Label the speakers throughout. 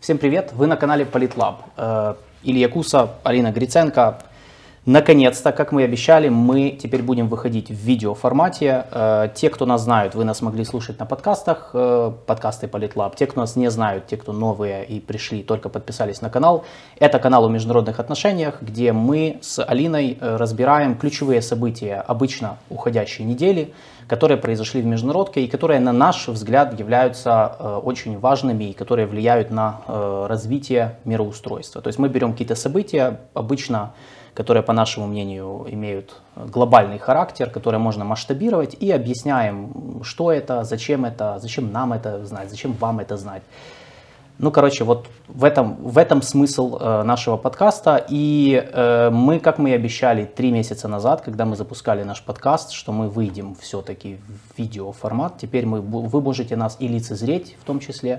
Speaker 1: Всем привет! Вы на канале Политлаб. Илья Куса, Алина Гриценко. Наконец-то, как мы и обещали, мы теперь будем выходить в видеоформате. Те, кто нас знают, вы нас могли слушать на подкастах, подкасты Политлаб. Те, кто нас не знают, те, кто новые и пришли, только подписались на канал. Это канал о международных отношениях, где мы с Алиной разбираем ключевые события, обычно уходящей недели, которые произошли в международке и которые, на наш взгляд, являются очень важными и которые влияют на развитие мироустройства. То есть мы берем какие-то события, обычно которые, по нашему мнению, имеют глобальный характер, которые можно масштабировать, и объясняем, что это, зачем нам это знать, зачем вам это знать. Ну, короче, вот в этом смысл нашего подкаста. И мы, как мы и обещали 3 месяца назад, когда мы запускали наш подкаст, что мы выйдем все-таки в видеоформат. Теперь вы можете нас и лицезреть в том числе.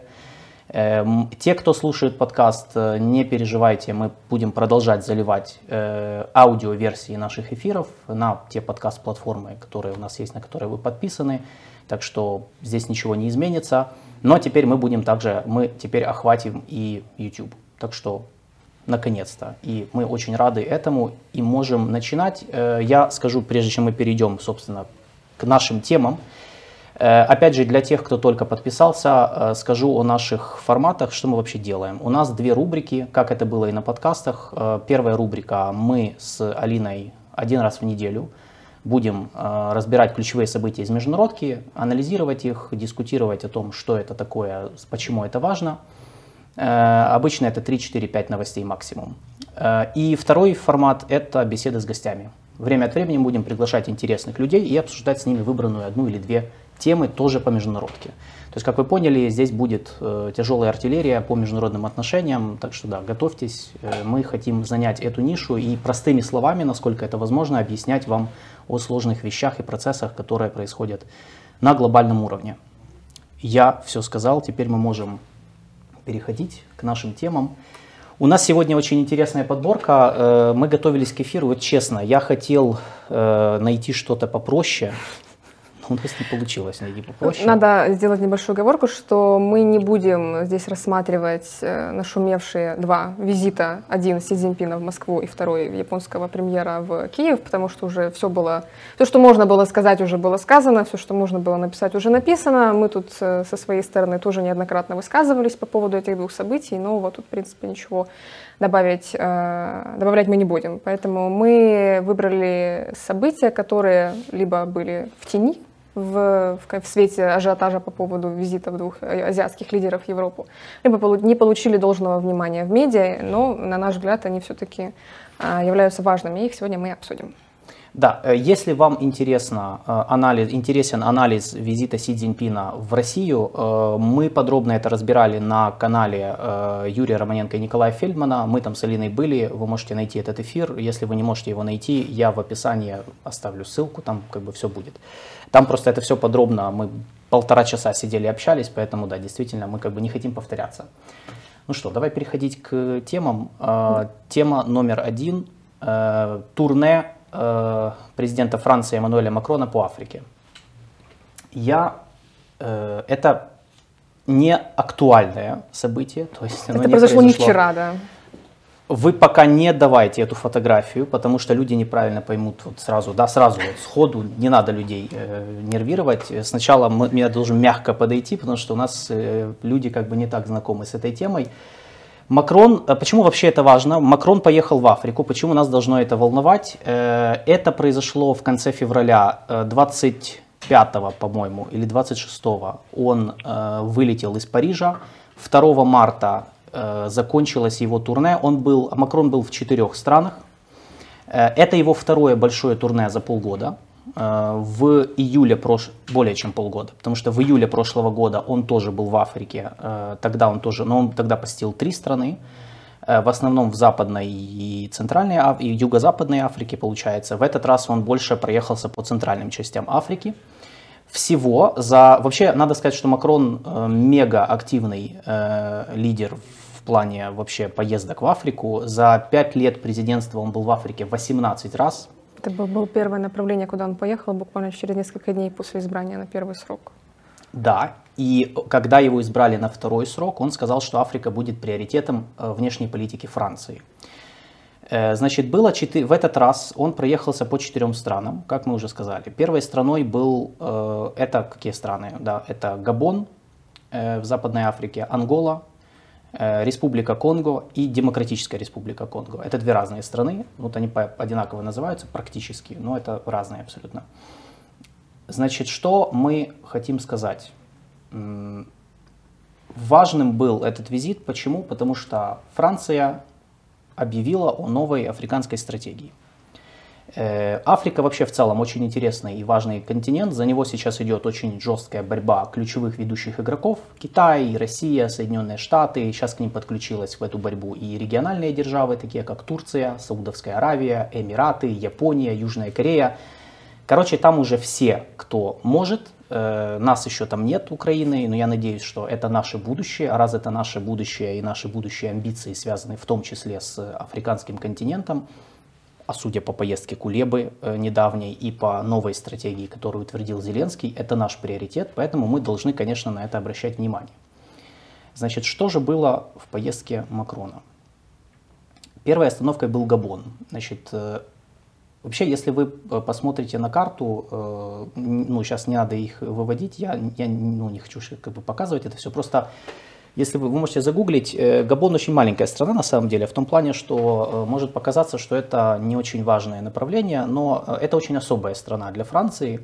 Speaker 1: Те, кто слушает подкаст, не переживайте, мы будем продолжать заливать аудиоверсии наших эфиров на те подкаст-платформы, которые у нас есть, на которые вы подписаны. Так что здесь ничего не изменится. Но теперь мы теперь охватим и YouTube. Так что наконец-то. И мы очень рады этому и можем начинать. Я скажу, прежде чем мы перейдем, собственно, к нашим темам. Опять же, для тех, кто только подписался, скажу о наших форматах, что мы вообще делаем. У нас 2 рубрики, как это было и на подкастах. Первая рубрика: мы с Алиной 1 раз в неделю будем разбирать ключевые события из международки, анализировать их, дискутировать о том, что это такое, почему это важно. Обычно это 3-4-5 новостей максимум. И второй формат – это беседы с гостями. Время от времени будем приглашать интересных людей и обсуждать с ними выбранную 1 или 2 темы тоже по международке. То есть, как вы поняли, здесь будет тяжелая артиллерия по международным отношениям, так что да, готовьтесь, мы хотим занять эту нишу и простыми словами, насколько это возможно, объяснять вам о сложных вещах и процессах, которые происходят на глобальном уровне. Я все сказал, теперь мы можем переходить к нашим темам. У нас сегодня очень интересная подборка, мы готовились к эфиру, вот честно, я хотел найти что-то попроще. У нас не получилось найти попроще.
Speaker 2: Надо сделать небольшую оговорку, что мы не будем здесь рассматривать нашумевшие 2 визита. Один Си Цзиньпина в Москву и второй японского премьера в Киев, потому что уже все, что можно было сказать, уже было сказано, все, что можно было написать, уже написано. Мы тут со своей стороны тоже неоднократно высказывались по поводу этих 2 событий, но вот тут, в принципе, ничего добавлять мы не будем. Поэтому мы выбрали события, которые либо были в тени, в свете ажиотажа по поводу визитов 2 азиатских лидеров в Европу, либо не получили должного внимания в медиа, но, на наш взгляд, они все-таки являются важными, и их сегодня мы обсудим.
Speaker 1: Да, если вам интересен анализ визита Си Цзиньпина в Россию, мы подробно это разбирали на канале Юрия Романенко и Николая Фельдмана. Мы там с Алиной были, вы можете найти этот эфир. Если вы не можете его найти, я в описании оставлю ссылку, там как бы все будет. Там просто это все подробно, мы 1,5 часа сидели и общались, поэтому да, действительно, мы как бы не хотим повторяться. Ну что, давай переходить к темам. Тема номер 1 – турне президента Франции Эммануэля Макрона по Африке. Это не актуальное событие. То есть
Speaker 2: это произошло не вчера, да.
Speaker 1: Вы пока не давайте эту фотографию, потому что люди неправильно поймут сразу сходу, не надо людей нервировать. Сначала я должен мягко подойти, потому что у нас люди как бы не так знакомы с этой темой. Макрон, почему вообще это важно? Макрон поехал в Африку, почему нас должно это волновать? Это произошло в конце февраля, 25-го, по-моему, или 26-го он вылетел из Парижа. 2 марта закончилось его турне, Макрон был в 4 странах. Это его 2-е большое турне за полгода. В июле более чем полгода, потому что в июле прошлого года он тоже был в Африке, но он тогда посетил 3 страны, в основном в Западной и Центральной и Юго-Западной Африке, получается. В этот раз он больше проехался по центральным частям Африки. Вообще, надо сказать, что Макрон мега активный лидер в плане вообще поездок в Африку. За 5 лет президентства он был в Африке 18 раз.
Speaker 2: Это было первое направление, куда он поехал, буквально через несколько дней после избрания на первый срок.
Speaker 1: Да, и когда его избрали на второй срок, он сказал, что Африка будет приоритетом внешней политики Франции. Значит, в этот раз он проехался по 4 странам, как мы уже сказали. Первой страной был, это какие страны? Да, это Габон в Западной Африке, Ангола, Республика Конго и Демократическая Республика Конго. Это 2 разные страны, вот они одинаково называются практически, но это разные абсолютно. Значит, что мы хотим сказать? Важным был этот визит. Почему? Потому что Франция объявила о новой африканской стратегии. Африка вообще в целом очень интересный и важный континент. За него сейчас идет очень жесткая борьба ключевых ведущих игроков. Китай, Россия, Соединенные Штаты. Сейчас к ним подключилась в эту борьбу и региональные державы, такие как Турция, Саудовская Аравия, Эмираты, Япония, Южная Корея. Короче, там уже все, кто может. Нас еще там нет, Украины, но я надеюсь, что это наше будущее. А раз это наше будущее и наши будущие амбиции связаны в том числе с африканским континентом, а судя по поездке Кулебы недавней и по новой стратегии, которую утвердил Зеленский, это наш приоритет, поэтому мы должны, конечно, на это обращать внимание. Значит, что же было в поездке Макрона? Первой остановкой был Габон. Значит, вообще, если вы посмотрите на карту, сейчас не надо их выводить, я не хочу показывать это все, просто если вы можете загуглить, Габон очень маленькая страна на самом деле, в том плане, что может показаться, что это не очень важное направление, но это очень особая страна для Франции.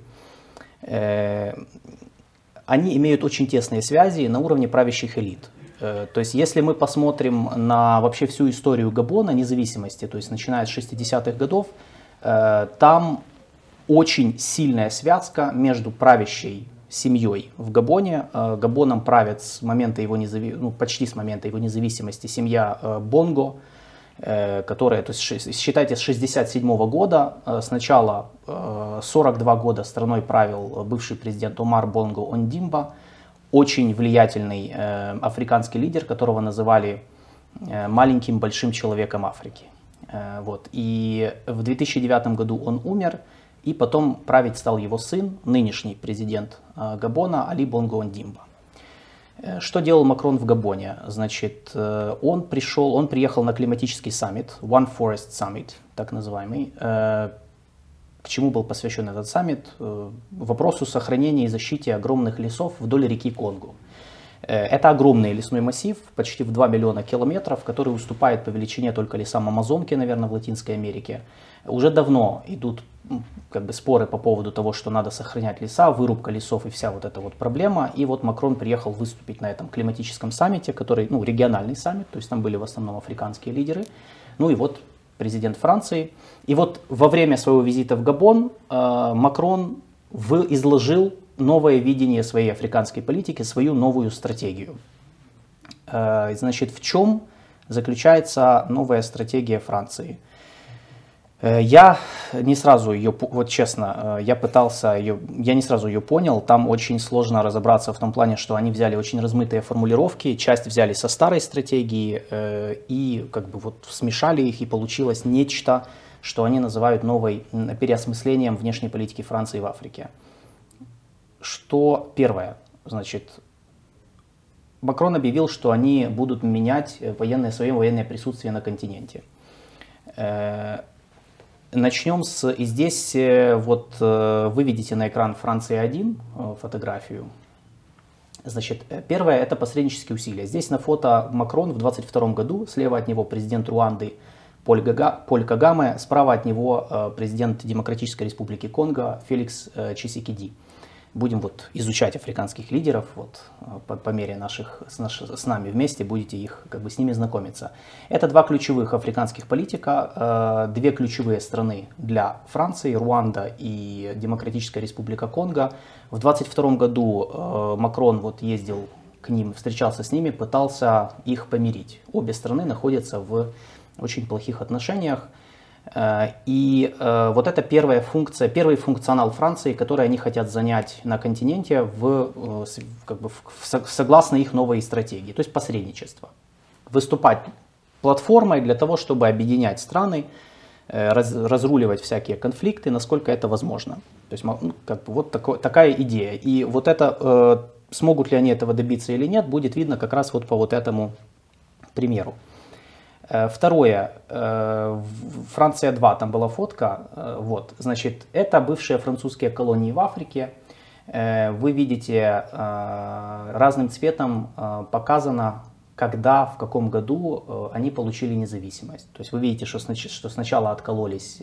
Speaker 1: Они имеют очень тесные связи на уровне правящих элит. То есть, если мы посмотрим на вообще всю историю Габона, независимости, то есть начиная с 60-х годов, там очень сильная связка между правящей семьей в Габоне. Габоном правит почти с момента его независимости семья Бонго, которая, то есть считайте, с 1967 года, сначала 42 года страной правил бывший президент Омар Бонго Ондимба, очень влиятельный африканский лидер, которого называли маленьким большим человеком Африки. Вот. И в 2009 году он умер, и потом править стал его сын, нынешний президент Габона Али Бонго Ондимба. Что делал Макрон в Габоне? Значит, он приехал на климатический саммит, One Forest Summit, так называемый. К чему был посвящен этот саммит? Вопросу сохранения и защиты огромных лесов вдоль реки Конго. Это огромный лесной массив, почти в 2 миллиона километров, который уступает по величине только лесам Амазонки, наверное, в Латинской Америке. Уже давно идут споры по поводу того, что надо сохранять леса, вырубка лесов и вся вот эта вот проблема. И вот Макрон приехал выступить на этом климатическом саммите, который, региональный саммит, то есть там были в основном африканские лидеры. И вот президент Франции. И вот во время своего визита в Габон Макрон изложил новое видение своей африканской политики, свою новую стратегию. Значит, в чем заключается новая стратегия Франции? Я не сразу ее, вот честно, я не сразу ее понял. Там очень сложно разобраться в том плане, что они взяли очень размытые формулировки, часть взяли со старой стратегии и смешали их, и получилось нечто, что они называют переосмыслением внешней политики Франции в Африке. Что первое? Значит, Макрон объявил, что они будут менять свое военное присутствие на континенте. Начнем и здесь вы видите на экран Франция-1 фотографию. Значит, первое – это посреднические усилия. Здесь на фото Макрон в 2022 году, слева от него президент Руанды Поль Кагаме, справа от него президент Демократической Республики Конго Феликс Чисекеди. Будем изучать африканских лидеров, по мере с нами вместе будете с ними знакомиться. Это 2 ключевых африканских политика, 2 ключевые страны для Франции, Руанда и Демократическая Республика Конго. В 2022 году Макрон ездил к ним, встречался с ними, пытался их помирить. Обе страны находятся в очень плохих отношениях. И вот это первая функция, первый функционал Франции, который они хотят занять на континенте согласно их новой стратегии, то есть посредничество. Выступать платформой для того, чтобы объединять страны, разруливать всякие конфликты, насколько это возможно. То есть такая идея. И вот это Смогут ли они этого добиться или нет, будет видно как раз вот по вот этому примеру. Второе, Франция 2, там была фотка, вот, значит, это бывшие французские колонии в Африке. Вы видите, разным цветом показано, когда, в каком году они получили независимость. То есть вы видите, что сначала откололись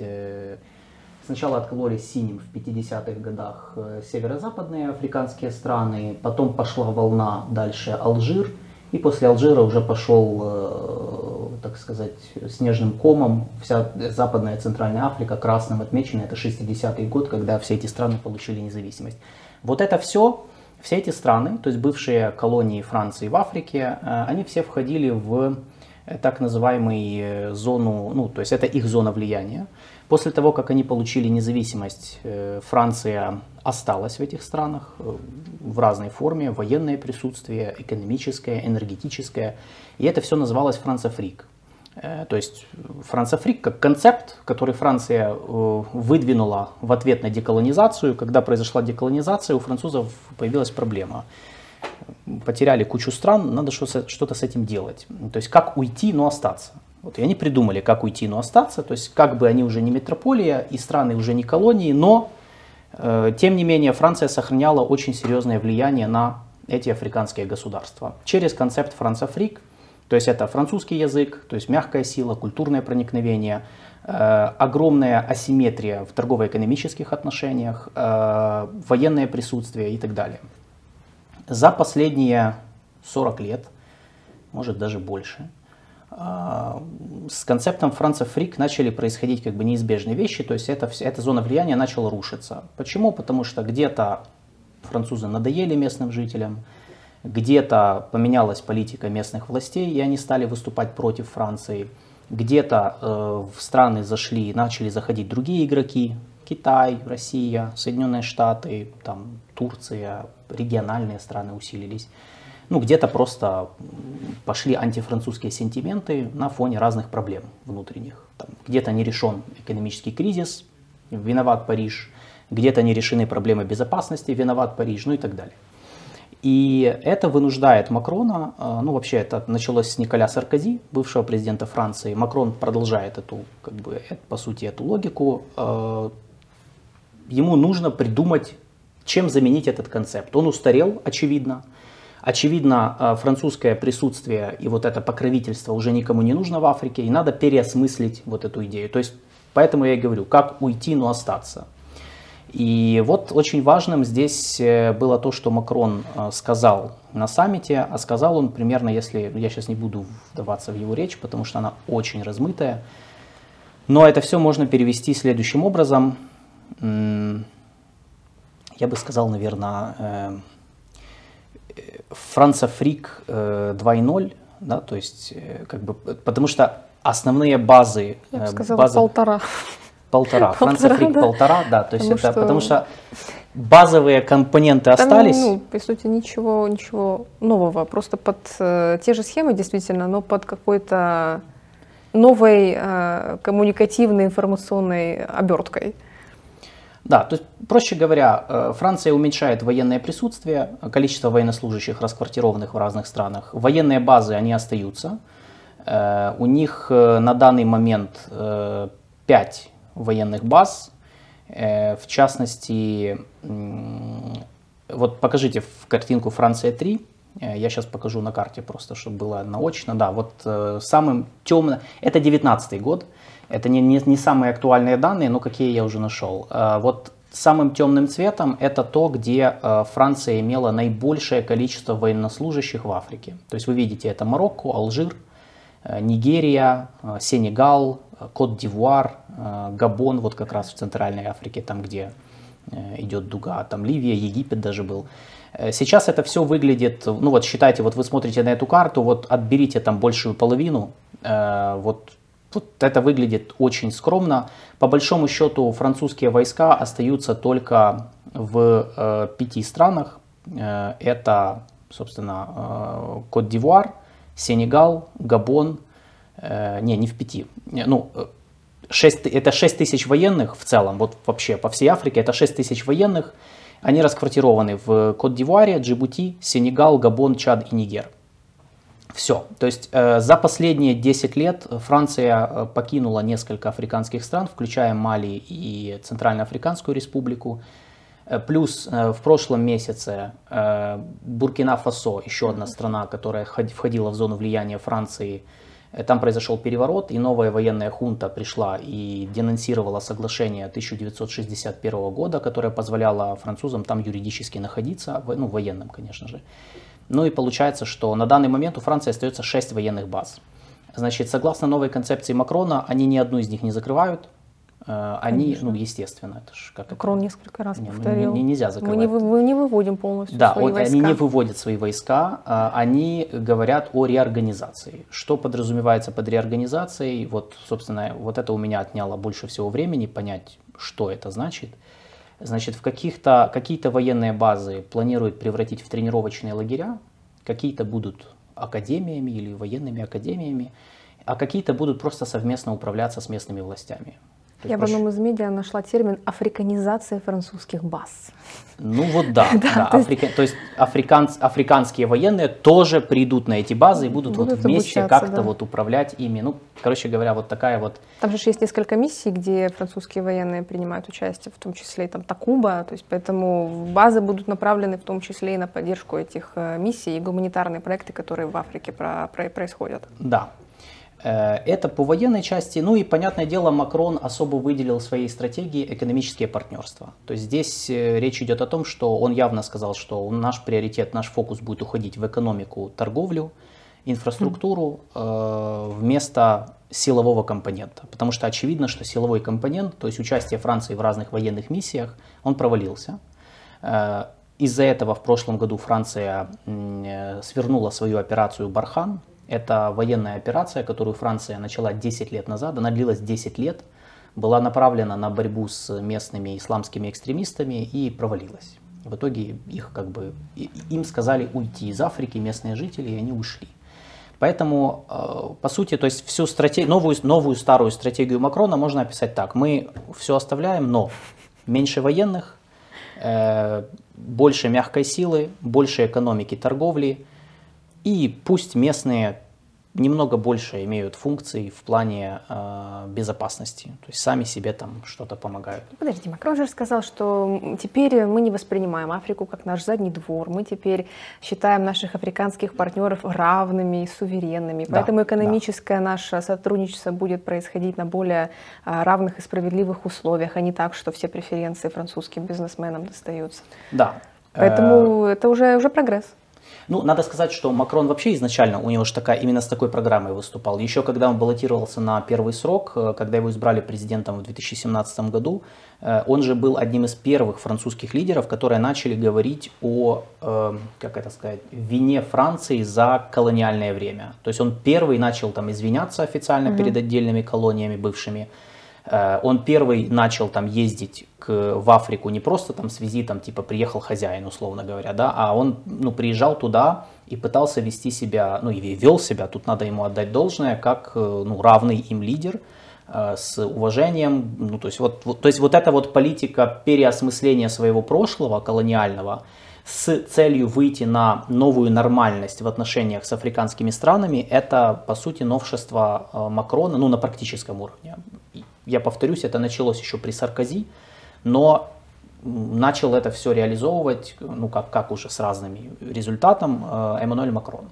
Speaker 1: синим в 50-х годах северо-западные африканские страны, потом пошла волна дальше Алжир, и после Алжира уже пошел, так сказать, снежным комом вся Западная Центральная Африка, красным отмечена, это 60-й год, когда все эти страны получили независимость. Вот это все эти страны, то есть бывшие колонии Франции в Африке, они все входили в так называемую зону, ну, то есть это их зона влияния. После того, как они получили независимость, Франция осталась в этих странах в разной форме, военное присутствие, экономическое, энергетическое, и это все называлось францафрик. То есть францафрик как концепт, который Франция выдвинула в ответ на деколонизацию. Когда произошла деколонизация, у французов появилась проблема. Потеряли кучу стран, надо что-то с этим делать. То есть как уйти, но остаться. Вот, и они придумали, как уйти, но остаться. То есть как бы они уже не метрополия и страны уже не колонии, но тем не менее Франция сохраняла очень серьезное влияние на эти африканские государства. Через концепт францафрик. То есть это французский язык, то есть мягкая сила, культурное проникновение, огромная асимметрия в торгово-экономических отношениях, военное присутствие и так далее. За последние 40 лет, может даже больше, с концептом францафрик начали происходить как бы неизбежные вещи, то есть эта зона влияния начала рушиться. Почему? Потому что где-то французы надоели местным жителям, где-то поменялась политика местных властей, и они стали выступать против Франции. Где-то в страны начали заходить другие игроки. Китай, Россия, Соединенные Штаты, там, Турция, региональные страны усилились. Ну, где-то просто пошли антифранцузские сентименты на фоне разных проблем внутренних. Там, где-то не решен экономический кризис, виноват Париж. Где-то не решены проблемы безопасности, виноват Париж, ну и так далее. И это вынуждает Макрона, ну вообще это началось с Николя Саркози, бывшего президента Франции. Макрон продолжает по сути, эту логику. Ему нужно придумать, чем заменить этот концепт. Он устарел, очевидно. Очевидно, французское присутствие и вот это покровительство уже никому не нужно в Африке, и надо переосмыслить вот эту идею. То есть, поэтому я и говорю, как уйти, но остаться. И вот очень важным здесь было то, что Макрон сказал на саммите, а сказал он примерно, если я сейчас не буду вдаваться в его речь, потому что она очень размытая, но это все можно перевести следующим образом. Я бы сказал, наверное, францафрик 2.0, да, то есть как бы, потому что основные базы...
Speaker 2: Я бы сказала, полтора.
Speaker 1: Францафрик
Speaker 2: да.
Speaker 1: Полтора, да, то есть потому что базовые компоненты остались.
Speaker 2: Ну, по сути, ничего нового, просто под те же схемы действительно, но под какой-то новой коммуникативной информационной оберткой.
Speaker 1: Да, то есть, проще говоря, Франция уменьшает военное присутствие, количество военнослужащих, расквартированных в разных странах. Военные базы, они остаются. У них на данный момент 5 военных баз, в частности, вот покажите в картинку Франция 3, я сейчас покажу на карте просто, чтобы было наочно, да, вот самым темным, это 19-й год, это не самые актуальные данные, но какие я уже нашел, вот самым темным цветом это то, где Франция имела наибольшее количество военнослужащих в Африке, то есть вы видите, это Марокко, Алжир, Нигерия, Сенегал, Кот-д'Ивуар, Габон, вот как раз в Центральной Африке, там где идет дуга, там Ливия, Египет даже был. Сейчас это все выглядит, ну вот считайте, вот вы смотрите на эту карту, вот отберите там большую половину, вот это выглядит очень скромно. По большому счету французские войска остаются только в 5 странах, это, собственно, Кот-д'Ивуар, Сенегал, Габон, не в 5, ну, это 6 тысяч военных в целом, вот вообще по всей Африке это 6 тысяч военных, Они расквартированы в Кот-д'Ивуаре, Джибути, Сенегал, Габон, Чад и Нигер. Все. То есть за последние 10 лет Франция покинула несколько африканских стран, включая Мали и Центральноафриканскую республику. Плюс в прошлом месяце Буркина-Фасо, еще одна страна, которая входила в зону влияния Франции, там произошел переворот, и новая военная хунта пришла и денонсировала соглашение 1961 года, которое позволяло французам там юридически находиться, ну, военным, конечно же. Ну и получается, что на данный момент у Франции остается 6 военных баз. Значит, согласно новой концепции Макрона, они ни одну из них не закрывают. Они,
Speaker 2: Конечно.
Speaker 1: ну, естественно, это же как
Speaker 2: Макрон
Speaker 1: это...
Speaker 2: несколько раз повторил.
Speaker 1: Нельзя закрывать.
Speaker 2: Мы не выводим полностью
Speaker 1: Да,
Speaker 2: свои войска.
Speaker 1: они не выводят свои войска, они говорят о реорганизации. Что подразумевается под реорганизацией? Вот, собственно, вот это у меня отняло больше всего времени понять, что это значит. Значит, какие-то военные базы планируют превратить в тренировочные лагеря, какие-то будут академиями или военными академиями, а какие-то будут просто совместно управляться с местными властями.
Speaker 2: Я в одном из медиа нашла термин «африканизация французских баз».
Speaker 1: Ну вот да, то есть африканские военные тоже придут на эти базы и будут вот вместе как-то вот управлять ими. Ну, короче говоря, вот такая вот...
Speaker 2: Там же есть несколько миссий, где французские военные принимают участие, в том числе и там Такуба, то есть поэтому базы будут направлены в том числе и на поддержку этих миссий и гуманитарные проекты, которые в Африке происходят.
Speaker 1: Да. Это по военной части. Ну и, понятное дело, Макрон особо выделил в своей стратегии экономические партнерства. То есть здесь речь идет о том, что он явно сказал, что наш приоритет, наш фокус будет уходить в экономику, торговлю, инфраструктуру вместо силового компонента. Потому что очевидно, что силовой компонент, то есть участие Франции в разных военных миссиях, он провалился. Из-за этого в прошлом году Франция свернула свою операцию «Бархан». Это военная операция, которую Франция начала 10 лет назад, она длилась 10 лет, была направлена на борьбу с местными исламскими экстремистами и провалилась. В итоге им сказали уйти из Африки местные жители, и они ушли. Поэтому, по сути, то есть всю новую старую стратегию Макрона можно описать так. Мы все оставляем, но меньше военных, больше мягкой силы, больше экономики, торговли. И пусть местные немного больше имеют функций в плане безопасности, то есть сами себе там что-то помогают.
Speaker 2: Подождите, Макрон же сказал, что теперь мы не воспринимаем Африку как наш задний двор, мы теперь считаем наших африканских партнеров равными и суверенными, поэтому экономическое наше сотрудничество будет происходить на более равных и справедливых условиях, а не так, что все преференции французским бизнесменам достаются.
Speaker 1: Да.
Speaker 2: Поэтому это уже прогресс.
Speaker 1: Ну, надо сказать, что Макрон вообще изначально, у него же именно с такой программой выступал. Еще когда он баллотировался на первый срок, когда его избрали президентом в 2017 году, он же был одним из первых французских лидеров, которые начали говорить о, вине Франции за колониальное время. То есть он первый начал там извиняться официально перед отдельными колониями бывшими. Он первый начал там ездить в Африку не просто там с визитом, типа приехал хозяин, условно говоря, да, а он приезжал туда и пытался вести себя, и вел себя, тут надо ему отдать должное, как равный им лидер, с уважением. То есть вот эта вот политика переосмысления своего прошлого колониального с целью выйти на новую нормальность в отношениях с африканскими странами, это по сути новшество Макрона, на практическом уровне. Я повторюсь, это началось еще при Саркози, но начал это все реализовывать, как уже с разными результатом, Эммануэль Макрон.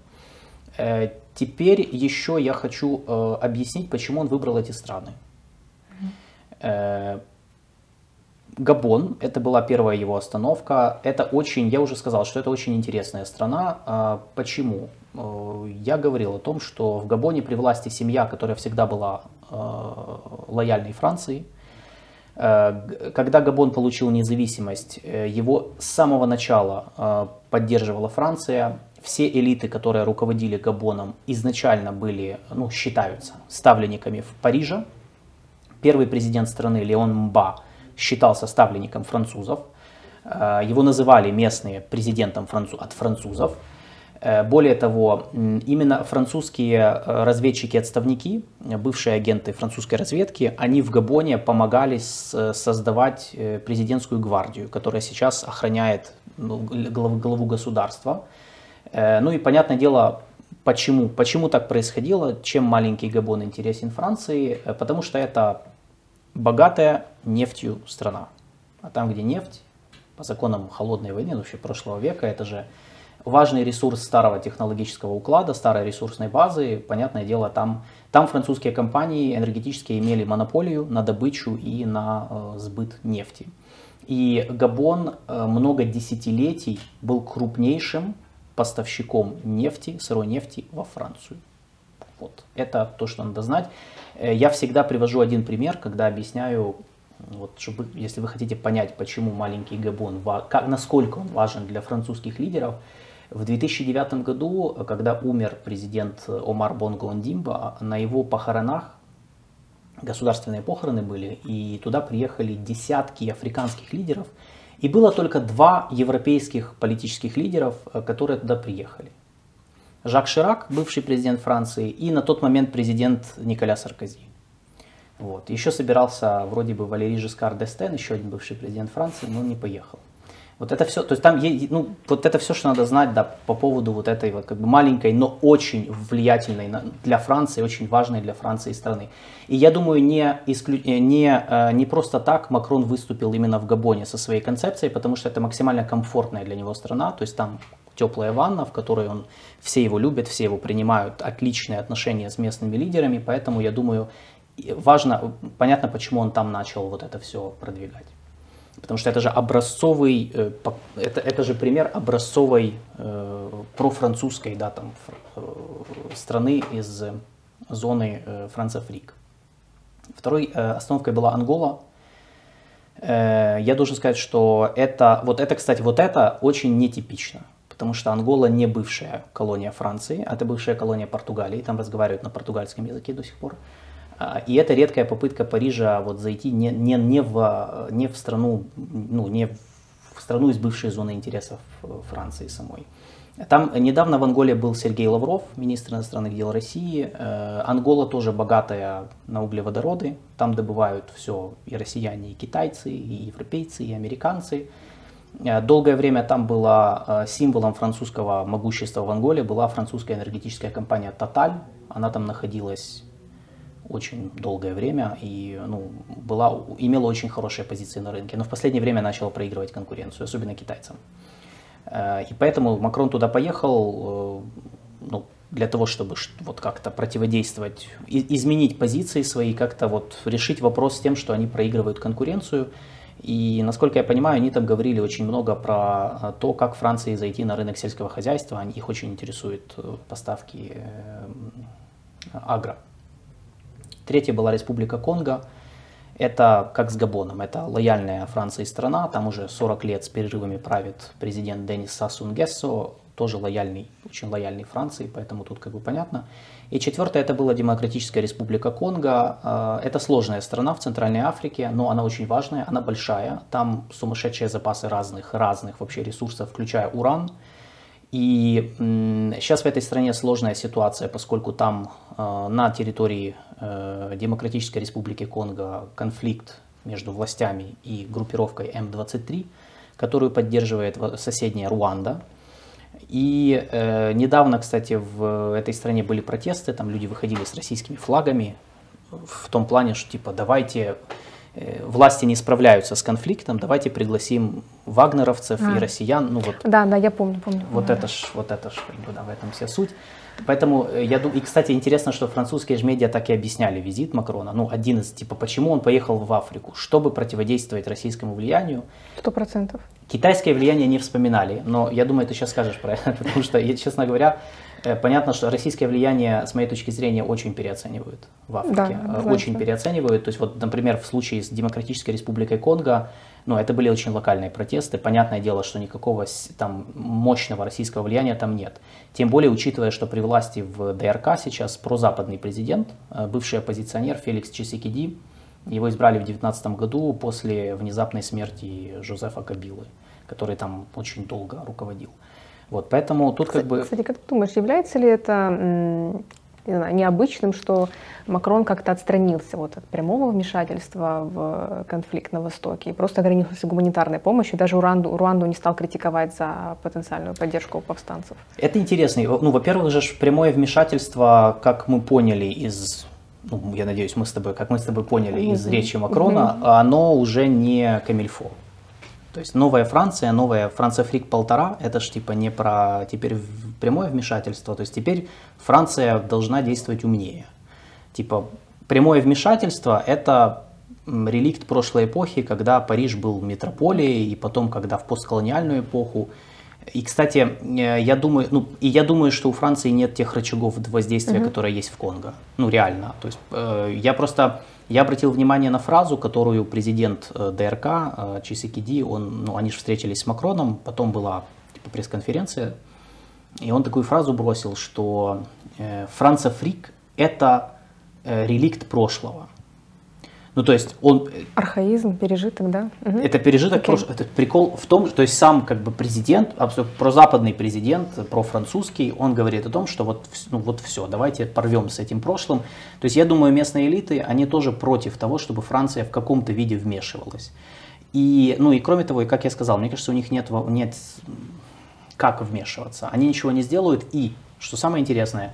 Speaker 1: Теперь еще я хочу объяснить, почему он выбрал эти страны. Габон, это была первая его остановка. Я уже сказал, что это очень интересная страна. Почему? Я говорил о том, что в Габоне при власти семья, которая всегда была лояльной Франции. Когда Габон получил независимость, его с самого начала поддерживала Франция. Все элиты, которые руководили Габоном, изначально считаются ставленниками в Париже. Первый президент страны Леон Мба считался ставленником французов. Его называли местные президентом от французов. Более того, именно французские разведчики-отставники, бывшие агенты французской разведки, они в Габоне помогали создавать президентскую гвардию, которая сейчас охраняет главу государства. Ну и понятное дело, почему так происходило, чем маленький Габон интересен Франции, потому что это богатая нефтью страна. А там, где нефть, по законам холодной войны, вообще прошлого века, это же важный ресурс старого технологического уклада, старой ресурсной базы. Понятное дело, там французские компании энергетические имели монополию на добычу и на сбыт нефти. И Габон много десятилетий был крупнейшим поставщиком нефти, сырой нефти во Францию. Вот. Это то, что надо знать. Я всегда привожу один пример, когда объясняю, вот, чтобы, если вы хотите понять, почему маленький Габон, насколько он важен для французских лидеров. В 2009 году, когда умер президент Омар Бонго Ондимба, на его похоронах, государственные похороны были, и туда приехали десятки африканских лидеров, и было только 2 европейских политических лидеров, которые туда приехали. Жак Ширак, бывший президент Франции, и на тот момент президент Николя Саркози. Вот. Еще собирался вроде бы Валерий Жискар д'Эстен, еще один бывший президент Франции, но не поехал. Вот это все, то есть там, вот это все, что надо знать, да, по поводу вот этой вот как бы маленькой, но очень влиятельной для Франции, очень важной для Франции страны. И я думаю, не просто так Макрон выступил именно в Габоне со своей концепцией, потому что это максимально комфортная для него страна, то есть там теплая ванна, в которой все его любят, все его принимают, отличные отношения с местными лидерами, поэтому я думаю, понятно, почему он там начал вот это все продвигать. Потому что это же образцовый, это же пример образцовой профранцузской, да, там, страны из зоны Франц-Африк. Второй остановкой была Ангола. Я должен сказать, что кстати, это очень нетипично. Потому что Ангола не бывшая колония Франции, а это бывшая колония Португалии. Там разговаривают на португальском языке до сих пор. И это редкая попытка Парижа вот зайти не в страну, не в страну из бывшей зоны интересов Франции самой. Там недавно в Анголе был Сергей Лавров, министр иностранных дел России. Ангола тоже богатая на углеводороды. Там добывают все и россияне, и китайцы, и европейцы, и американцы. Долгое время там была символом французского могущества в Анголе была французская энергетическая компания Total. Она там находилась очень долгое время и имела очень хорошие позиции на рынке, но в последнее время начала проигрывать конкуренцию, особенно китайцам. И поэтому Макрон туда поехал для того, чтобы вот как-то противодействовать, изменить позиции свои, как-то вот решить вопрос с тем, что они проигрывают конкуренцию. И, насколько я понимаю, они там говорили очень много про то, как Франции зайти на рынок сельского хозяйства. Их очень интересуют поставки агро. Третья была Республика Конго. Это как с Габоном, это лояльная Франции страна, там уже 40 лет с перерывами правит президент Денис Сассу Нгессо, тоже очень лояльный Франции, поэтому тут как бы понятно. И четвертое, это была Демократическая Республика Конго. Это сложная страна в Центральной Африке, но она очень важная, она большая, там сумасшедшие запасы разных вообще ресурсов, включая уран. И сейчас в этой стране сложная ситуация, поскольку там на территории Демократической Республики Конго конфликт между властями и группировкой М-23, которую поддерживает соседняя Руанда. И недавно, кстати, в этой стране были протесты, там люди выходили с российскими флагами в том плане, что типа давайте, власти не справляются с конфликтом, давайте пригласим вагнеровцев и россиян.
Speaker 2: Да, я помню.
Speaker 1: Вот это ж как бы, да, в этом вся суть. Поэтому я думаю, и, кстати, интересно, что французские же медиа так и объясняли визит Макрона. Один из, почему он поехал в Африку, чтобы противодействовать российскому влиянию.
Speaker 2: 100%.
Speaker 1: Китайское влияние не вспоминали, но я думаю, ты сейчас скажешь про это, потому что, честно говоря, понятно, что российское влияние, с моей точки зрения, очень переоценивают в Африке. Да, очень переоценивают. То есть, вот, например, в случае с Демократической Республикой Конго, это были очень локальные протесты. Понятное дело, что никакого там мощного российского влияния там нет. Тем более, учитывая, что при власти в ДРК сейчас прозападный президент, бывший оппозиционер Феликс Чисекеди. Его избрали в 2019 году после внезапной смерти Жозефа Кабилы, который там очень долго руководил. Вот, поэтому тут как бы...
Speaker 2: Кстати, как ты думаешь, является ли это не знаю, необычным, что Макрон как-то отстранился вот от прямого вмешательства в конфликт на Востоке и просто ограничился гуманитарной помощью, даже Руанду не стал критиковать за потенциальную поддержку повстанцев?
Speaker 1: Это интересно. Ну, во-первых же, прямое вмешательство, как мы поняли из... Ну, я надеюсь, как мы с тобой поняли из речи Макрона, оно уже не камильфо. То есть новая Франция Фрик 1.5, это ж типа не про теперь прямое вмешательство, то есть теперь Франция должна действовать умнее. Типа прямое вмешательство это реликт прошлой эпохи, когда Париж был метрополией, и потом, когда в постколониальную эпоху. И, кстати, я думаю, что у Франции нет тех рычагов воздействия, которые есть в Конго. Ну, реально. То есть я обратил внимание на фразу, которую президент ДРК Чисекеди, они же встретились с Макроном, потом была типа пресс-конференция, и он такую фразу бросил, что Франция Фрик – это реликт прошлого. Ну, то есть он...
Speaker 2: Архаизм, пережиток, да?
Speaker 1: Это пережиток прошлого. Это прикол в том, что есть сам как бы президент, прозападный президент, профранцузский, он говорит о том, что вот все, давайте порвем с этим прошлым. То есть я думаю, местные элиты, они тоже против того, чтобы Франция в каком-то виде вмешивалась. И кроме того, как я сказал, мне кажется, у них нет как вмешиваться. Они ничего не сделают. И, что самое интересное,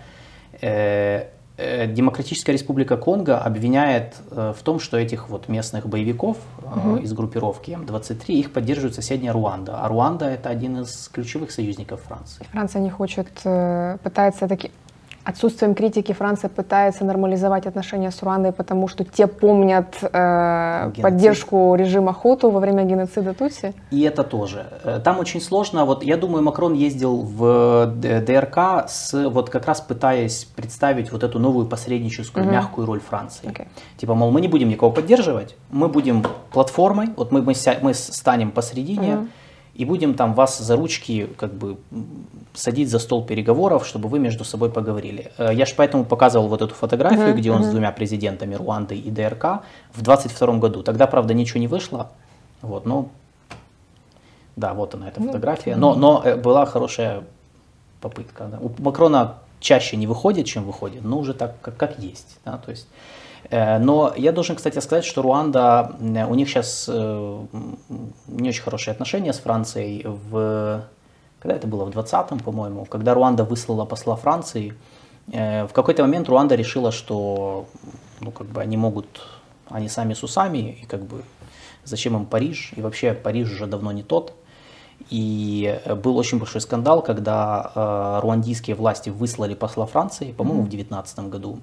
Speaker 1: Демократическая Республика Конго обвиняет в том, что этих вот местных боевиков из группировки М-23, их поддерживает соседняя Руанда. А Руанда – это один из ключевых союзников Франции.
Speaker 2: Франция не хочет, пытается отсутствием критики Франция пытается нормализовать отношения с Руандой, потому что те помнят поддержку режима Хуту во время геноцида Тутси.
Speaker 1: И это тоже. Там очень сложно. Вот я думаю, Макрон ездил в ДРК как раз пытаясь представить вот эту новую посредническую мягкую роль Франции. Типа, мол, мы не будем никого поддерживать, мы будем платформой, вот мы станем посередине, и будем там вас за ручки как бы садить за стол переговоров, чтобы вы между собой поговорили. Я же поэтому показывал вот эту фотографию, где он с двумя президентами Руанды и ДРК в 2022 году. Тогда, правда, ничего не вышло. Вот, да, вот она, эта фотография. Но была хорошая попытка. Да. У Макрона чаще не выходит, чем выходит, но уже так, как есть. Да, то есть, но я должен, кстати, сказать, что Руанда, у них сейчас не очень хорошие отношения с Францией. Когда это было? В 2020, по-моему, когда Руанда выслала посла Франции, в какой-то момент Руанда решила, что они сами с усами, и как бы зачем им Париж, и вообще Париж уже давно не тот. И был очень большой скандал, когда руандийские власти выслали посла Франции, по-моему, в 2019 году.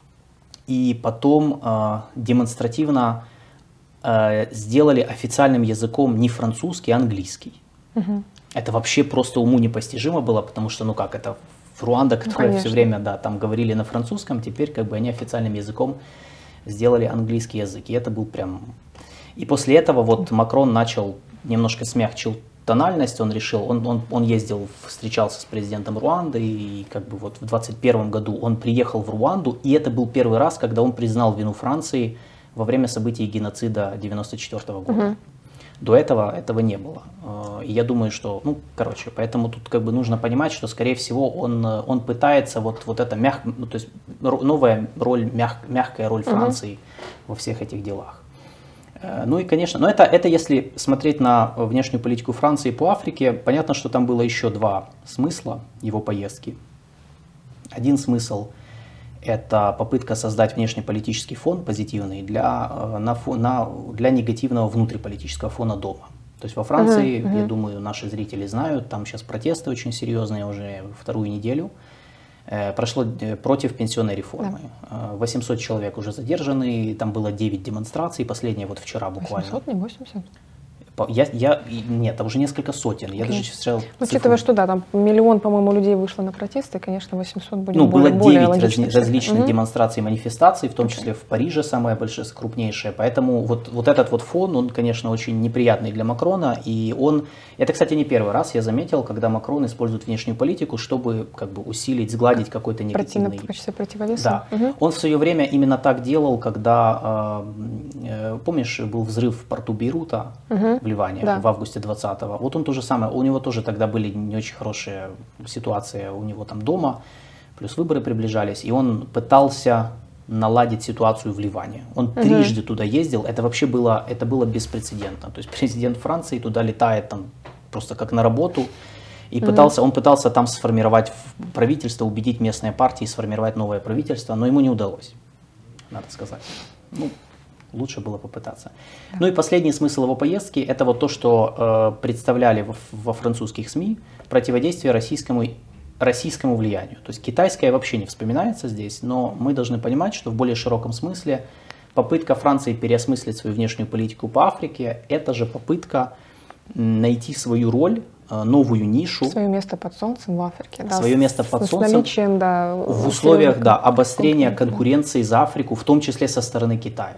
Speaker 1: И потом демонстративно сделали официальным языком не французский, а английский. Это вообще просто уму непостижимо было, потому что, это Руанда, которая все время, там говорили на французском, теперь как бы они официальным языком сделали английский язык. И это был прям... И после этого вот Макрон немножко смягчил тональность, он решил, он ездил, встречался с президентом Руанды, и как бы вот в 2021 году он приехал в Руанду, и это был первый раз, когда он признал вину Франции во время событий геноцида 1994 года. До этого не было. И я думаю, что, поэтому тут как бы нужно понимать, что, скорее всего, он пытается вот это то есть новая роль, мягкая роль Франции во всех этих делах. Ну и, конечно, но это если смотреть на внешнюю политику Франции по Африке, понятно, что там было еще два смысла его поездки. Один смысл – это попытка создать внешнеполитический фон позитивный для негативного внутриполитического фона дома. То есть во Франции, я думаю, наши зрители знают, там сейчас протесты очень серьезные уже вторую неделю. Прошло против пенсионной реформы. 800 человек уже задержаны, там было 9 демонстраций, последняя вот вчера буквально.
Speaker 2: 800, не 80?
Speaker 1: Нет, там уже несколько сотен. Я даже встречал
Speaker 2: учитывая, что там 1 миллион, по-моему, людей вышло на протесты, конечно, 800 будет
Speaker 1: было
Speaker 2: более
Speaker 1: 9 различных демонстраций, манифестаций, в том числе в Париже самая большая, крупнейшая. Поэтому вот этот вот фон, он, конечно, очень неприятный для Макрона. И это, кстати, не первый раз, я заметил, когда Макрон использует внешнюю политику, чтобы как бы усилить, сгладить какой-то негативный...
Speaker 2: В качестве противовеса?
Speaker 1: Да. Он в свое время именно так делал, когда, помнишь, был взрыв в порту Бейрута в Ливане в августе 2020-го. Вот он то же самое, у него тоже тогда были не очень хорошие ситуации у него там дома, плюс выборы приближались, и он пытался наладить ситуацию в Ливане. Он трижды туда ездил, это вообще было беспрецедентно. То есть президент Франции туда летает там просто как на работу, и он пытался там сформировать правительство, убедить местные партии сформировать новое правительство, но ему не удалось, надо сказать. Ну, лучше было попытаться. Ну и последний смысл его поездки – это вот то, что представляли во французских СМИ противодействие российскому влиянию. То есть китайское вообще не вспоминается здесь, но мы должны понимать, что в более широком смысле попытка Франции переосмыслить свою внешнюю политику по Африке – это же попытка найти свою роль, новую нишу.
Speaker 2: Свое место под солнцем в Африке. Да,
Speaker 1: свое место под солнцем
Speaker 2: наличием,
Speaker 1: в условиях обострения конкуренции за Африку, в том числе со стороны Китая.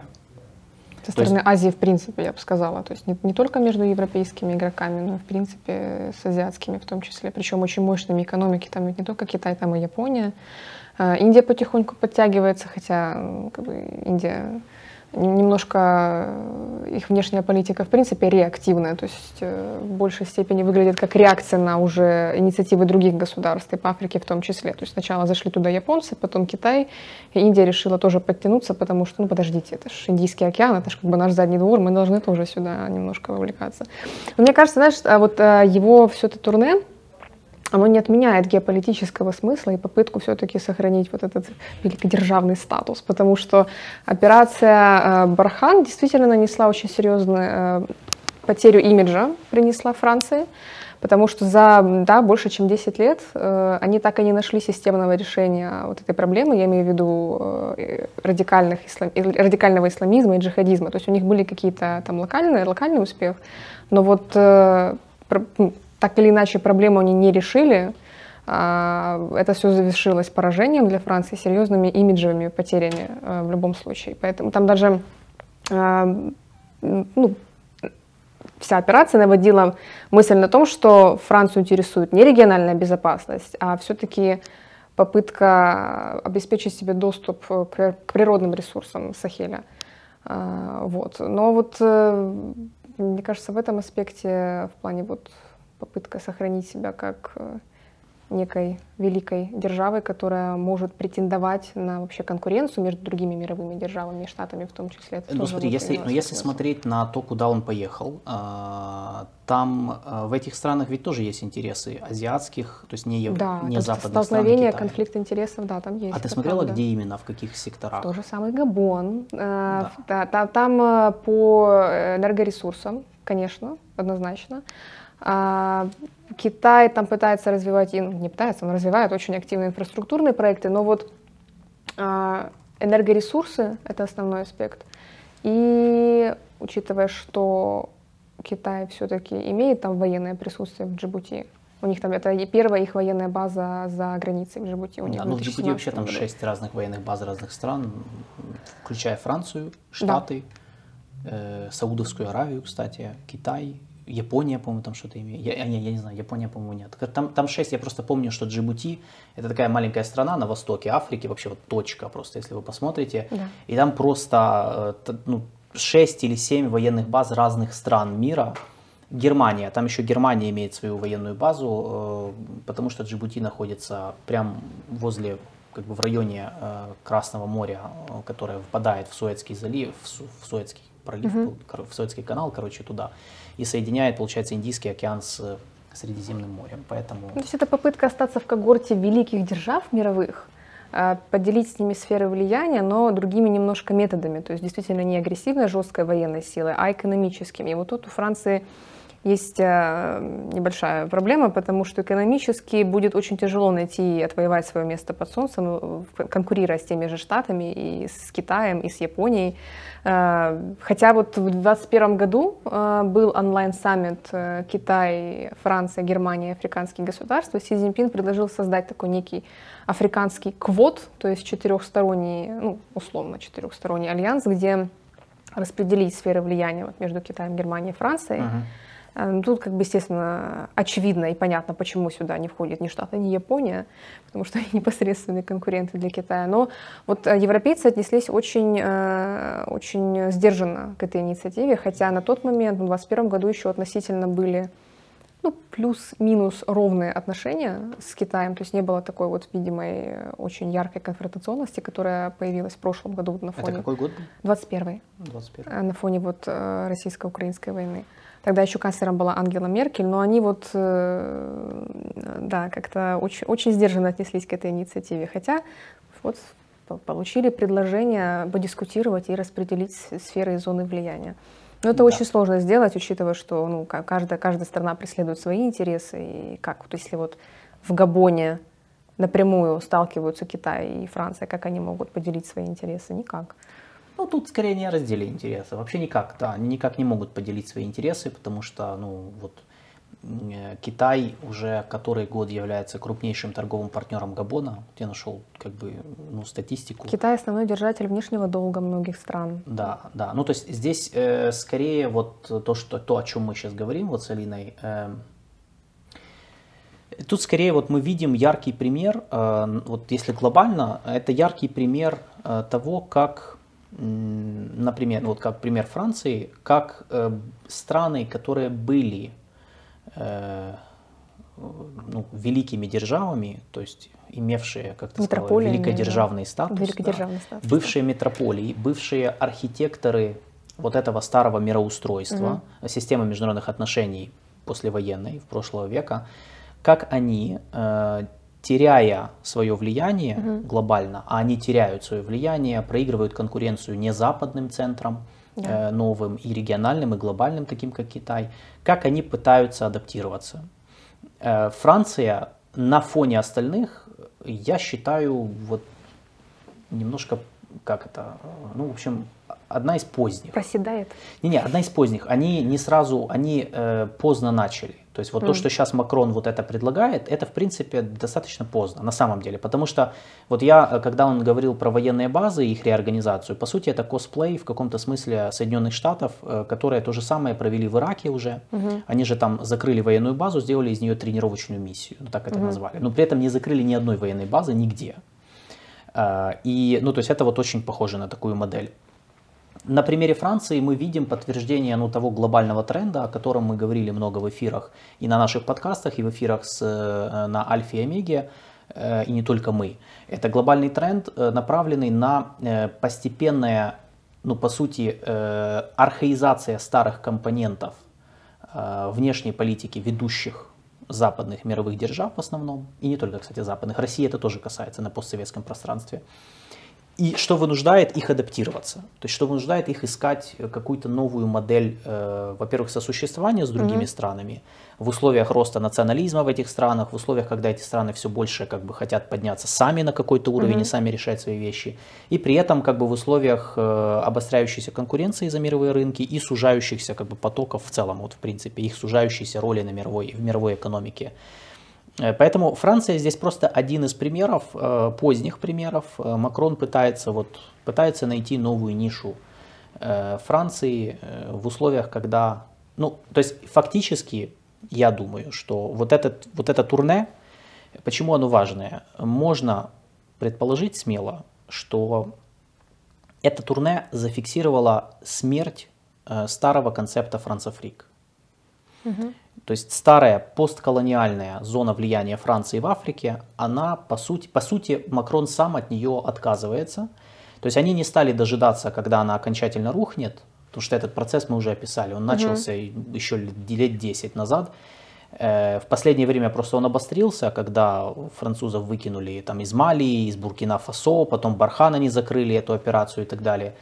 Speaker 2: Со стороны Азии, в принципе, я бы сказала. То есть не только между европейскими игроками, но и, в принципе, с азиатскими в том числе. Причем очень мощными экономики. Там ведь не только Китай, там и Япония. Индия потихоньку подтягивается, хотя как бы, Индия немножко, их внешняя политика в принципе реактивная, то есть в большей степени выглядит как реакция на уже инициативы других государств, и по Африке в том числе. То есть сначала зашли туда японцы, потом Китай, и Индия решила тоже подтянуться, потому что, ну подождите, это же Индийский океан, это же как бы наш задний двор, мы должны тоже сюда немножко вовлекаться. Но мне кажется, знаешь, вот его все это турне, оно не отменяет геополитического смысла и попытку все-таки сохранить вот этот великодержавный статус, потому что операция «Бархан» действительно нанесла очень серьезную потерю имиджа, принесла Франции, потому что за больше чем 10 лет они так и не нашли системного решения вот этой проблемы, я имею в виду радикального исламизма и джихадизма. То есть у них были какие-то там локальный успех, но вот так или иначе проблему они не решили. Это все завершилось поражением для Франции, серьезными имиджевыми потерями в любом случае. Поэтому там даже вся операция наводила мысль на том, что Францию интересует не региональная безопасность, а все-таки попытка обеспечить себе доступ к природным ресурсам Сахеля. Вот. Но вот, мне кажется, в этом аспекте, в плане вот попытка сохранить себя как некой великой державой, которая может претендовать на вообще конкуренцию между другими мировыми державами и штатами в том числе.
Speaker 1: Ну смотри, если смотреть на то, куда он поехал, там в этих странах ведь тоже есть интересы азиатских, то есть не западных стран,
Speaker 2: столкновение, конфликт интересов, да, там есть.
Speaker 1: А ты смотрела, где именно, в каких секторах?
Speaker 2: Тот же самый Габон. Там по энергоресурсам, конечно, однозначно. Китай там пытается развивать, не пытается, он развивает очень активные инфраструктурные проекты, но вот энергоресурсы – это основной аспект. И учитывая, что Китай все-таки имеет там военное присутствие в Джибути, у них там это первая их военная база за границей в Джибути.
Speaker 1: Ну в Джибути вообще там 6 разных военных баз разных стран, включая Францию, Штаты, Саудовскую Аравию, кстати, Китай. Япония, по-моему, там что-то имеет. Я не знаю, Япония, по-моему, нет. Там 6, я просто помню, что Джибути – это такая маленькая страна на востоке Африки, вообще вот точка просто, если вы посмотрите. Да. И там просто 6 или 7 военных баз разных стран мира. Германия, там еще Германия имеет свою военную базу, потому что Джибути находится прямо возле, как бы в районе Красного моря, которое впадает в Суэцкий залив, в Суэцкий пролив, в Суэцкий канал, короче, туда. И соединяет, получается, Индийский океан с Средиземным морем. Поэтому...
Speaker 2: То есть это попытка остаться в когорте великих держав мировых, поделить с ними сферы влияния, но другими немножко методами. То есть действительно не агрессивной, жесткой военной силой, а экономическими. И вот тут у Франции есть небольшая проблема, потому что экономически будет очень тяжело найти и отвоевать свое место под солнцем, конкурируя с теми же Штатами, и с Китаем, и с Японией. Хотя вот в 2021 году был онлайн-саммит Китай, Франция, Германия, африканские государства. Си Цзиньпин предложил создать такой некий африканский квот, то есть четырехсторонний, условно четырехсторонний альянс, где распределить сферы влияния между Китаем, Германией и Францией. Тут, естественно, очевидно и понятно, почему сюда не входит ни Штаты, ни Япония, потому что они непосредственные конкуренты для Китая. Но вот европейцы отнеслись очень сдержанно к этой инициативе, хотя на тот момент, в 2021 году, еще относительно были плюс-минус ровные отношения с Китаем, то есть не было такой видимой, очень яркой конфронтационности, которая появилась в прошлом году на фоне...
Speaker 1: Это какой год был?
Speaker 2: 21-й.
Speaker 1: 21-й.
Speaker 2: На фоне российско-украинской войны. Тогда еще канцлером была Ангела Меркель, но они как-то очень, очень сдержанно отнеслись к этой инициативе, хотя получили предложение подискутировать и распределить сферы и зоны влияния. Но это очень сложно сделать, учитывая, что каждая страна преследует свои интересы. И если в Габоне напрямую сталкиваются Китай и Франция, как они могут поделить свои интересы? Никак.
Speaker 1: Тут скорее не раздели интересы. Вообще никак, они никак не могут поделить свои интересы, потому что, Китай уже который год является крупнейшим торговым партнером Габона. Я нашел статистику.
Speaker 2: Китай основной держатель внешнего долга многих стран.
Speaker 1: Да. То есть здесь скорее то, о чем мы сейчас говорим с Алиной. Тут скорее мы видим яркий пример, если глобально, это яркий пример того, как, например, как пример Франции, как страны, которые были великими державами, то есть имевшие, как ты сказала, великодержавный статус, бывшие метрополии, бывшие архитекторы этого старого мироустройства, системы международных отношений послевоенной, в прошлого века, как они, теряя свое влияние глобально, а они теряют свое влияние, проигрывают конкуренцию не западным центрам, новым и региональным, и глобальным, таким как Китай, как они пытаются адаптироваться. Франция на фоне остальных, я считаю, немножко, одна из поздних.
Speaker 2: Проседает?
Speaker 1: Одна из поздних. Они не сразу, они поздно начали. То есть то, что сейчас Макрон это предлагает, это в принципе достаточно поздно на самом деле. Потому что когда он говорил про военные базы и их реорганизацию, по сути это косплей в каком-то смысле Соединенных Штатов, которые то же самое провели в Ираке уже. Они же там закрыли военную базу, сделали из нее тренировочную миссию, так это назвали. Но при этом не закрыли ни одной военной базы нигде. И, то есть это очень похоже на такую модель. На примере Франции мы видим подтверждение того глобального тренда, о котором мы говорили много в эфирах и на наших подкастах, и в эфирах на Альфе и Омеге, и не только мы. Это глобальный тренд, направленный на постепенное, по сути, архаизация старых компонентов внешней политики ведущих западных мировых держав в основном, и не только, кстати, западных. России это тоже касается на постсоветском пространстве. И что вынуждает их адаптироваться, то есть что вынуждает их искать какую-то новую модель, во-первых, сосуществования с другими странами, в условиях роста национализма в этих странах, в условиях, когда эти страны все больше хотят подняться сами на какой-то уровень и сами решать свои вещи, и при этом в условиях обостряющейся конкуренции за мировые рынки и сужающихся потоков в целом, в принципе, их сужающейся роли в мировой экономике. Поэтому Франция здесь просто один из примеров, поздних примеров. Макрон пытается найти новую нишу Франции в условиях, когда... то есть фактически, я думаю, что это турне, почему оно важное? Можно предположить смело, что это турне зафиксировало смерть старого концепта францофрик. То есть старая постколониальная зона влияния Франции в Африке, она по сути Макрон сам от нее отказывается. То есть они не стали дожидаться, когда она окончательно рухнет, потому что этот процесс мы уже описали, он начался еще лет 10 назад. В последнее время просто он обострился, когда французов выкинули из Мали, из Буркина-Фасо, потом Бархан они закрыли эту операцию и так далее.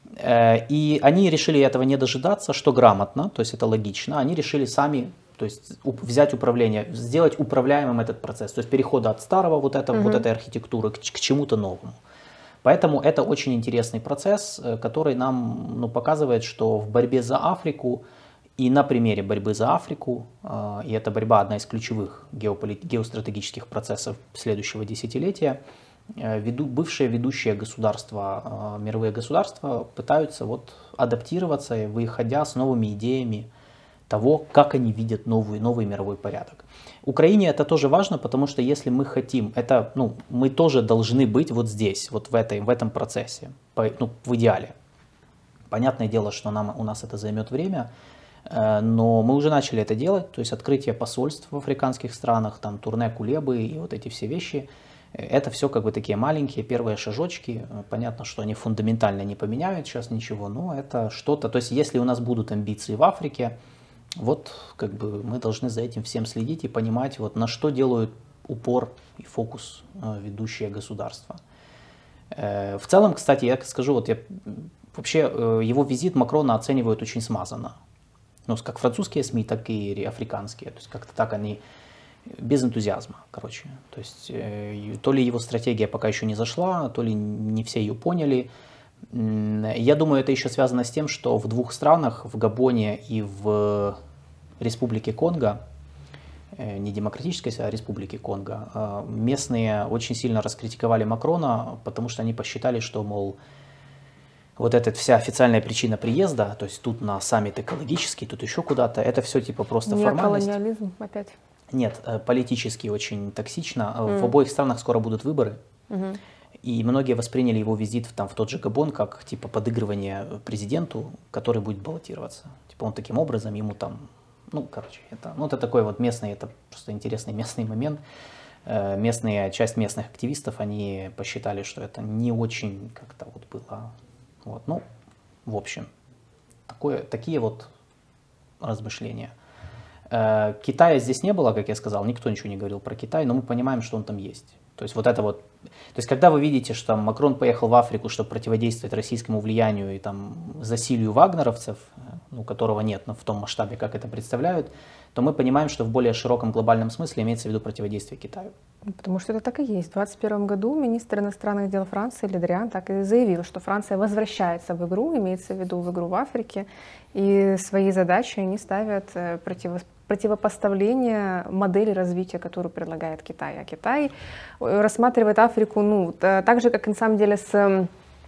Speaker 1: И они решили этого не дожидаться, что грамотно, то есть это логично. Они решили сами, то есть взять управление, сделать управляемым этот процесс, то есть перехода от старого этой архитектуры к чему-то новому. Поэтому это очень интересный процесс, который нам показывает, что в борьбе за Африку и на примере борьбы за Африку, и эта борьба одна из ключевых геостратегических процессов следующего десятилетия, бывшие ведущие государства, мировые государства пытаются адаптироваться, выходя с новыми идеями того, как они видят новый мировой порядок. Украине это тоже важно, потому что если мы хотим, это, ну, мы тоже должны быть вот здесь, вот в этом процессе, ну, в идеале. Понятное дело, что у нас это займет время, но мы уже начали это делать, то есть открытие посольств в африканских странах, там турне Кулебы и вот эти все вещи. Это все как бы такие маленькие первые шажочки. Понятно, что они фундаментально не поменяют сейчас ничего, но это что-то. То есть если у нас будут амбиции в Африке, вот как бы мы должны за этим всем следить и понимать, вот на что делают упор и фокус ведущие государства. В целом, кстати, я скажу, вот вообще его визит Макрона оценивают очень смазанно. Ну, как французские СМИ, так и африканские. То есть как-то так они без энтузиазма, короче. То есть то ли его стратегия пока еще не зашла, то ли не все ее поняли. Я думаю, это еще связано с тем, что в двух странах, в Габоне и в Республике Конго, не демократической, а Республике Конго, местные очень сильно раскритиковали Макрона, потому что они посчитали, что, мол, вот эта вся официальная причина приезда, то есть тут на саммит экологический, тут еще куда-то, это все типа просто формальность.
Speaker 2: Неоколониализм опять?
Speaker 1: Нет, политически очень токсично. В обоих странах скоро будут выборы. И многие восприняли его визит в тот же Габон как типа подыгрывание президенту, который будет баллотироваться. Типа он таким образом ему там, ну короче, это такой вот местный, это просто интересный местный момент. Часть местных активистов, они посчитали, что это не очень как-то вот было. Вот, ну, в общем, такие вот размышления. Китая здесь не было, как я сказал, никто ничего не говорил про Китай, но мы понимаем, что он там есть. То есть вот это вот, то есть когда вы видите, что там Макрон поехал в Африку, чтобы противодействовать российскому влиянию и там засилию вагнеровцев, ну, которого нет, но в том масштабе, как это представляют, то мы понимаем, что в более широком глобальном смысле имеется в виду противодействие Китаю.
Speaker 2: Потому что это так и есть. В 2021 году министр иностранных дел Франции Ле Дриан так и заявил, что Франция возвращается в игру, имеется в виду в игру в Африке, и свои задачи они ставят противопоставление модели развития, которую предлагает Китай. А Китай рассматривает Африку, ну, так же, как и на самом деле с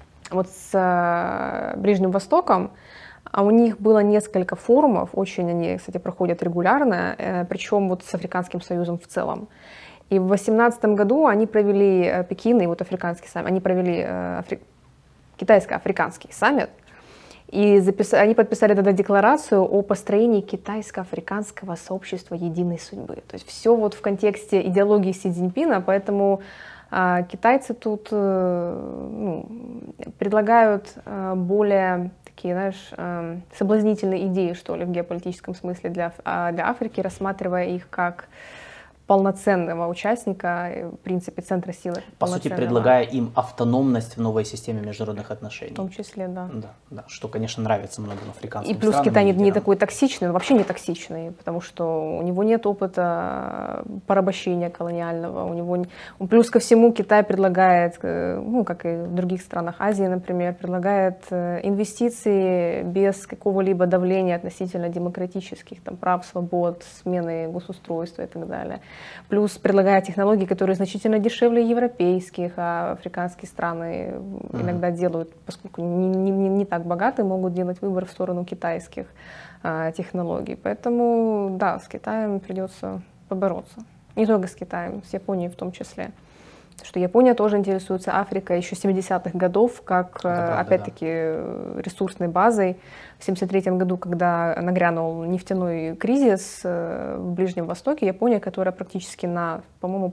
Speaker 2: Ближним Востоком. А у них было несколько форумов, очень они, кстати, проходят регулярно, причем вот с Африканским союзом в целом. И в 2018 году они провели Пекин и вот африканский саммит, они провели китайско-африканский саммит, и они подписали тогда декларацию о построении китайско-африканского сообщества единой судьбы. То есть все вот в контексте идеологии Си Цзиньпина, поэтому китайцы тут предлагают более такие, знаешь, соблазнительные идеи, что ли, в геополитическом смысле для Африки, рассматривая их как полноценного участника, в принципе, центра силы.
Speaker 1: По сути, предлагая им автономность в новой системе международных отношений.
Speaker 2: В том числе, да.
Speaker 1: Да, что, конечно, нравится многим африканским
Speaker 2: странам. И плюс
Speaker 1: странам,
Speaker 2: Китай не такой токсичный, он вообще не токсичный, потому что у него нет опыта порабощения колониального. Он, плюс ко всему, Китай предлагает, ну, как и в других странах Азии, например, предлагает инвестиции без какого-либо давления относительно демократических там, прав, свобод, смены госустройства и так далее. Плюс предлагает технологии, которые значительно дешевле европейских, а африканские страны иногда делают, поскольку не так богаты, могут делать выбор в сторону китайских технологий. Поэтому, да, с Китаем придется побороться. Не только с Китаем, с Японией в том числе. Потому что Япония тоже интересуется Африкой еще 70-х годов, как, опять-таки, ресурсной базой. В 1973 году, когда нагрянул нефтяной кризис в Ближнем Востоке, Япония, которая практически на, по-моему,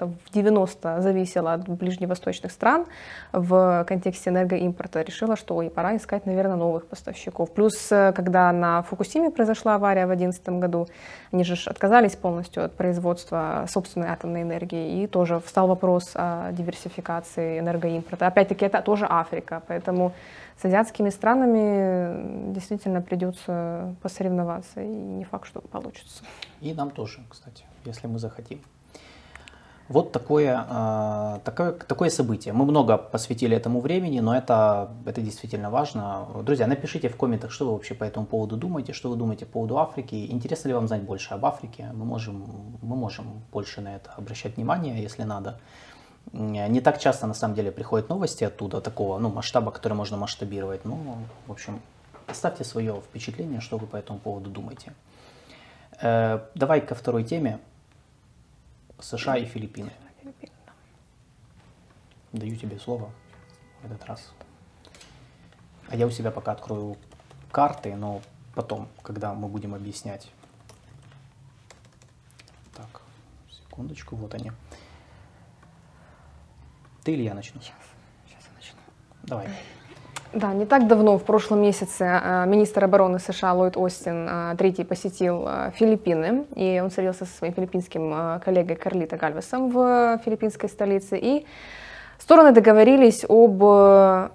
Speaker 2: 90% зависела от ближневосточных стран в контексте энергоимпорта, решила, что пора искать, наверное, новых поставщиков. Плюс, когда на Фукусиме произошла авария в 2011 году, они же отказались полностью от производства собственной атомной энергии, и тоже встал вопрос о диверсификации энергоимпорта. Опять-таки, это тоже Африка, поэтому с азиатскими странами действительно придется посоревноваться, и не факт, что получится.
Speaker 1: И нам тоже, кстати, если мы захотим. Вот такое событие. Мы много посвятили этому времени, но это действительно важно. Друзья, напишите в комментах, что вы вообще по этому поводу думаете, что вы думаете по поводу Африки. Интересно ли вам знать больше об Африке? Мы можем больше на это обращать внимание, если надо. Не так часто, на самом деле, приходят новости оттуда, такого масштаба, который можно масштабировать. Ну, в общем, оставьте свое впечатление, что вы по этому поводу думаете. Давай ко второй теме. США и Филиппины. Даю тебе слово в этот раз. А я у себя пока открою карты, но потом, когда мы будем объяснять. Так, секундочку, вот они. Ты или я начну?
Speaker 2: Сейчас я начну.
Speaker 1: Давай.
Speaker 2: Да, не так давно, в прошлом месяце, министр обороны США Ллойд Остин III посетил Филиппины, и он встретился со своим филиппинским коллегой Карлито Гальвесом в филиппинской столице, и стороны договорились о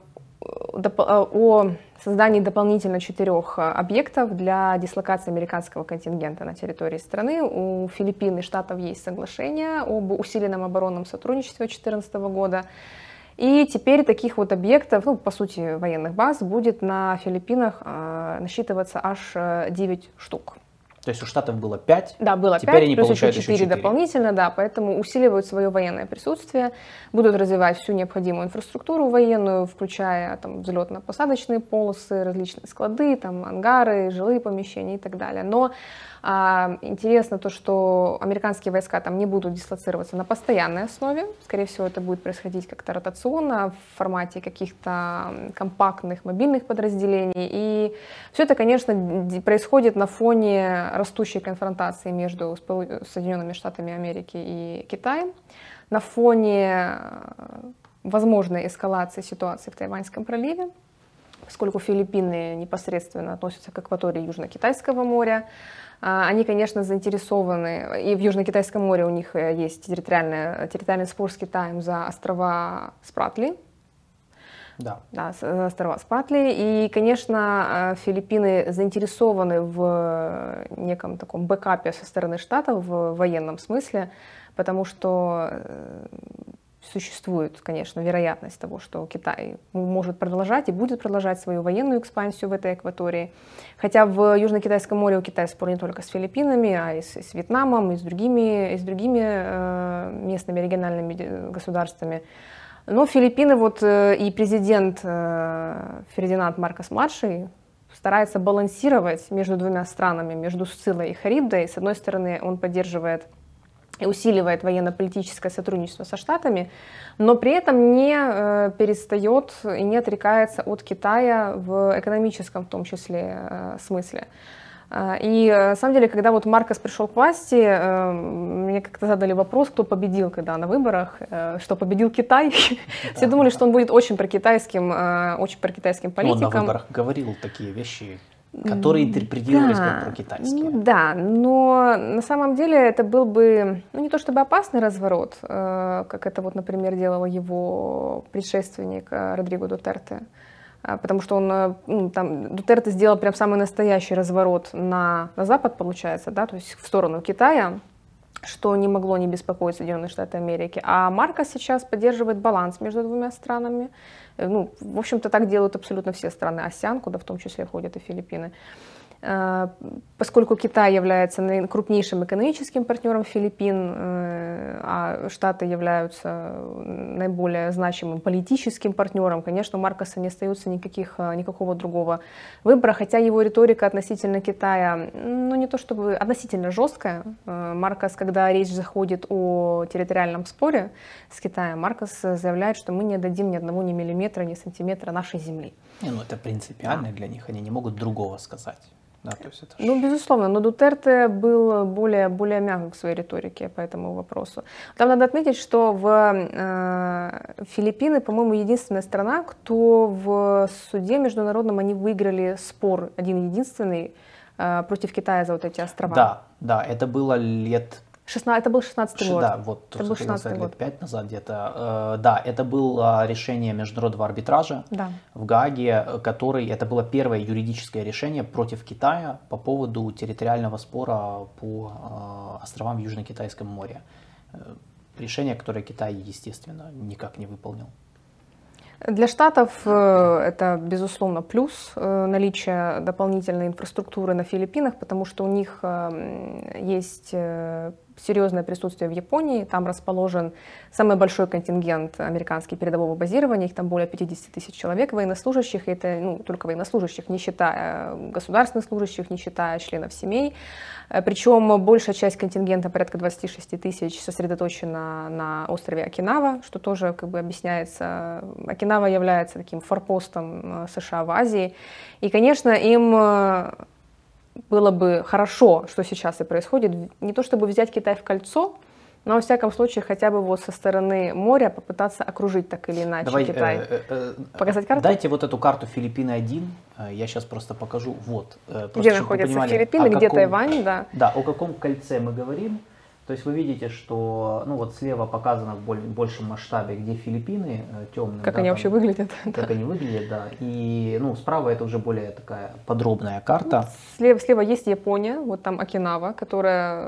Speaker 2: создании дополнительно 4 объектов для дислокации американского контингента на территории страны. У Филиппин и Штатов есть соглашение об усиленном оборонном сотрудничестве 2014 года. И теперь таких вот объектов, ну, по сути, военных баз, будет на Филиппинах насчитываться аж 9 штук.
Speaker 1: То есть у Штатов было 5,
Speaker 2: да, было
Speaker 1: теперь
Speaker 2: 5,
Speaker 1: они
Speaker 2: плюс
Speaker 1: получают
Speaker 2: еще 4
Speaker 1: еще 4
Speaker 2: дополнительно, да, поэтому усиливают свое военное присутствие, будут развивать всю необходимую инфраструктуру военную, включая там взлетно-посадочные полосы, различные склады, там ангары, жилые помещения и так далее. Но интересно то, что американские войска там не будут дислоцироваться на постоянной основе, скорее всего, это будет происходить как-то ротационно, в формате каких-то компактных мобильных подразделений, и все это, конечно, происходит на фоне растущей конфронтации между Соединенными Штатами Америки и Китаем, на фоне возможной эскалации ситуации в Тайваньском проливе, поскольку Филиппины непосредственно относятся к акватории Южно-Китайского моря. Они, конечно, заинтересованы, и в Южно-Китайском море у них есть территориальный спор с Китаем за острова Спратли.
Speaker 1: Да.
Speaker 2: Да, острова Спратли. И, конечно, Филиппины заинтересованы в неком таком бэкапе со стороны Штатов в военном смысле, потому что существует, конечно, вероятность того, что Китай может продолжать и будет продолжать свою военную экспансию в этой акватории. Хотя в Южно-Китайском море у Китая спор не только с Филиппинами, а и с Вьетнамом, и с другими местными региональными государствами. Но Филиппины и президент Фердинанд Маркос-младший старается балансировать между двумя странами, между Сциллой и Харибдой. С одной стороны, он поддерживает и усиливает военно-политическое сотрудничество со Штатами, но при этом не перестает и не отрекается от Китая в экономическом, в том числе, смысле. И на самом деле, когда вот Маркос пришел к власти, мне как-то задали вопрос, кто победил, когда на выборах, что победил Китай. Все думали, что он будет очень прокитайским политиком.
Speaker 1: Он на выборах говорил такие вещи, которые интерпретировались как прокитайские.
Speaker 2: Да, но на самом деле это был бы, не то чтобы опасный разворот, как это вот, например, делал его предшественник Родриго Дутерте, потому что он, Дутерте сделал прям самый настоящий разворот на Запад, получается, да, то есть в сторону Китая, что не могло не беспокоить Соединенные Штаты Америки. А Маркос сейчас поддерживает баланс между двумя странами. В общем-то, так делают абсолютно все страны АСЕАН, куда в том числе входят и Филиппины. Поскольку Китай является крупнейшим экономическим партнером Филиппин, а Штаты являются наиболее значимым политическим партнером, конечно, у Маркоса не остается никакого другого выбора, хотя его риторика относительно Китая, не то чтобы относительно жесткая. Маркос, когда речь заходит о территориальном споре с Китаем, Маркос заявляет, что мы не отдадим ни одного ни миллиметра, ни сантиметра нашей земли.
Speaker 1: Это принципиально для них, они не могут другого сказать. Да, то есть это
Speaker 2: безусловно, но Дутерте был более мягок в своей риторике по этому вопросу. Там надо отметить, что Филиппины, по-моему, единственная страна, кто в суде международном, они выиграли спор один-единственный против Китая за вот эти острова.
Speaker 1: Да, это было
Speaker 2: это был 16-й год.
Speaker 1: Да, вот это был 16-й год. Лет 5 назад где-то. Да, это было решение международного арбитража в Гааге, это было первое юридическое решение против Китая по поводу территориального спора по островам в Южно-Китайском море. Решение, которое Китай, естественно, никак не выполнил.
Speaker 2: Для Штатов это, безусловно, плюс наличие дополнительной инфраструктуры на Филиппинах, потому что у них есть серьезное присутствие в Японии. Там расположен самый большой контингент американский передового базирования. Их там более 50 тысяч человек военнослужащих. И это только военнослужащих, не считая государственных служащих, не считая членов семей. Причем большая часть контингента, порядка 26 тысяч, сосредоточена на острове Окинава, что тоже объясняется. Окинава является таким форпостом США в Азии. И, конечно, им было бы хорошо, что сейчас и происходит, не то чтобы взять Китай в кольцо, но, во всяком случае, хотя бы со стороны моря попытаться окружить так или иначе Китай. Показать карту?
Speaker 1: Дайте эту карту Филиппины-1, я сейчас просто покажу. Вот.
Speaker 2: Где находятся Филиппины, где Тайвань, да.
Speaker 1: Да, о каком кольце мы говорим. То есть вы видите, что слева показано в большем масштабе, где Филиппины темные.
Speaker 2: Как они вообще выглядят.
Speaker 1: Как они выглядят, да. И справа это уже более такая подробная карта.
Speaker 2: Слева есть Япония, вот там Окинава, которая,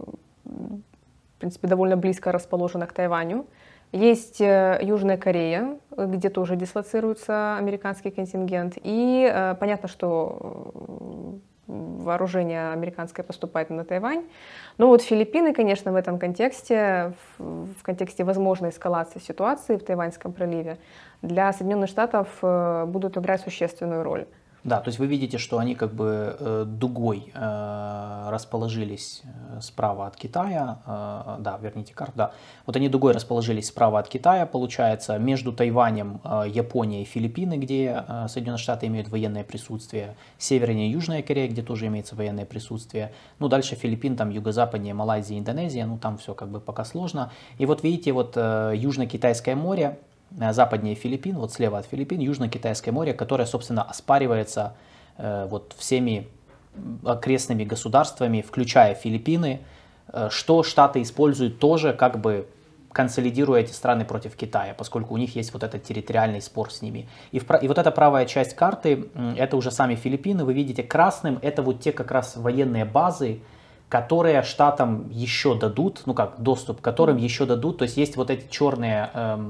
Speaker 2: в принципе, довольно близко расположена к Тайваню. Есть Южная Корея, где тоже дислоцируется американский контингент. И понятно, что вооружение американское поступает на Тайвань. Но вот Филиппины, конечно, в этом контексте, в контексте возможной эскалации ситуации в Тайваньском проливе, для Соединенных Штатов будут играть существенную роль.
Speaker 1: Да, то есть вы видите, что они как бы дугой расположились справа от Китая, да, верните карту, да, вот они дугой расположились справа от Китая, получается, между Тайванем, Японией и Филиппины, где Соединенные Штаты имеют военное присутствие, севернее Южная Корея, где тоже имеется военное присутствие, дальше Филиппин, там юго-западнее Малайзия, Индонезия, там все как бы пока сложно, и вот видите, вот Южно-Китайское море, западнее Филиппин, вот слева от Филиппин, Южно-Китайское море, которое, собственно, оспаривается вот всеми окрестными государствами, включая Филиппины, что Штаты используют тоже, как бы консолидируя эти страны против Китая, поскольку у них есть вот этот территориальный спор с ними. И вот эта правая часть карты, это уже сами Филиппины, вы видите красным, это вот те как раз военные базы, которые Штатам еще дадут, доступ к которым еще дадут, то есть есть вот эти черные...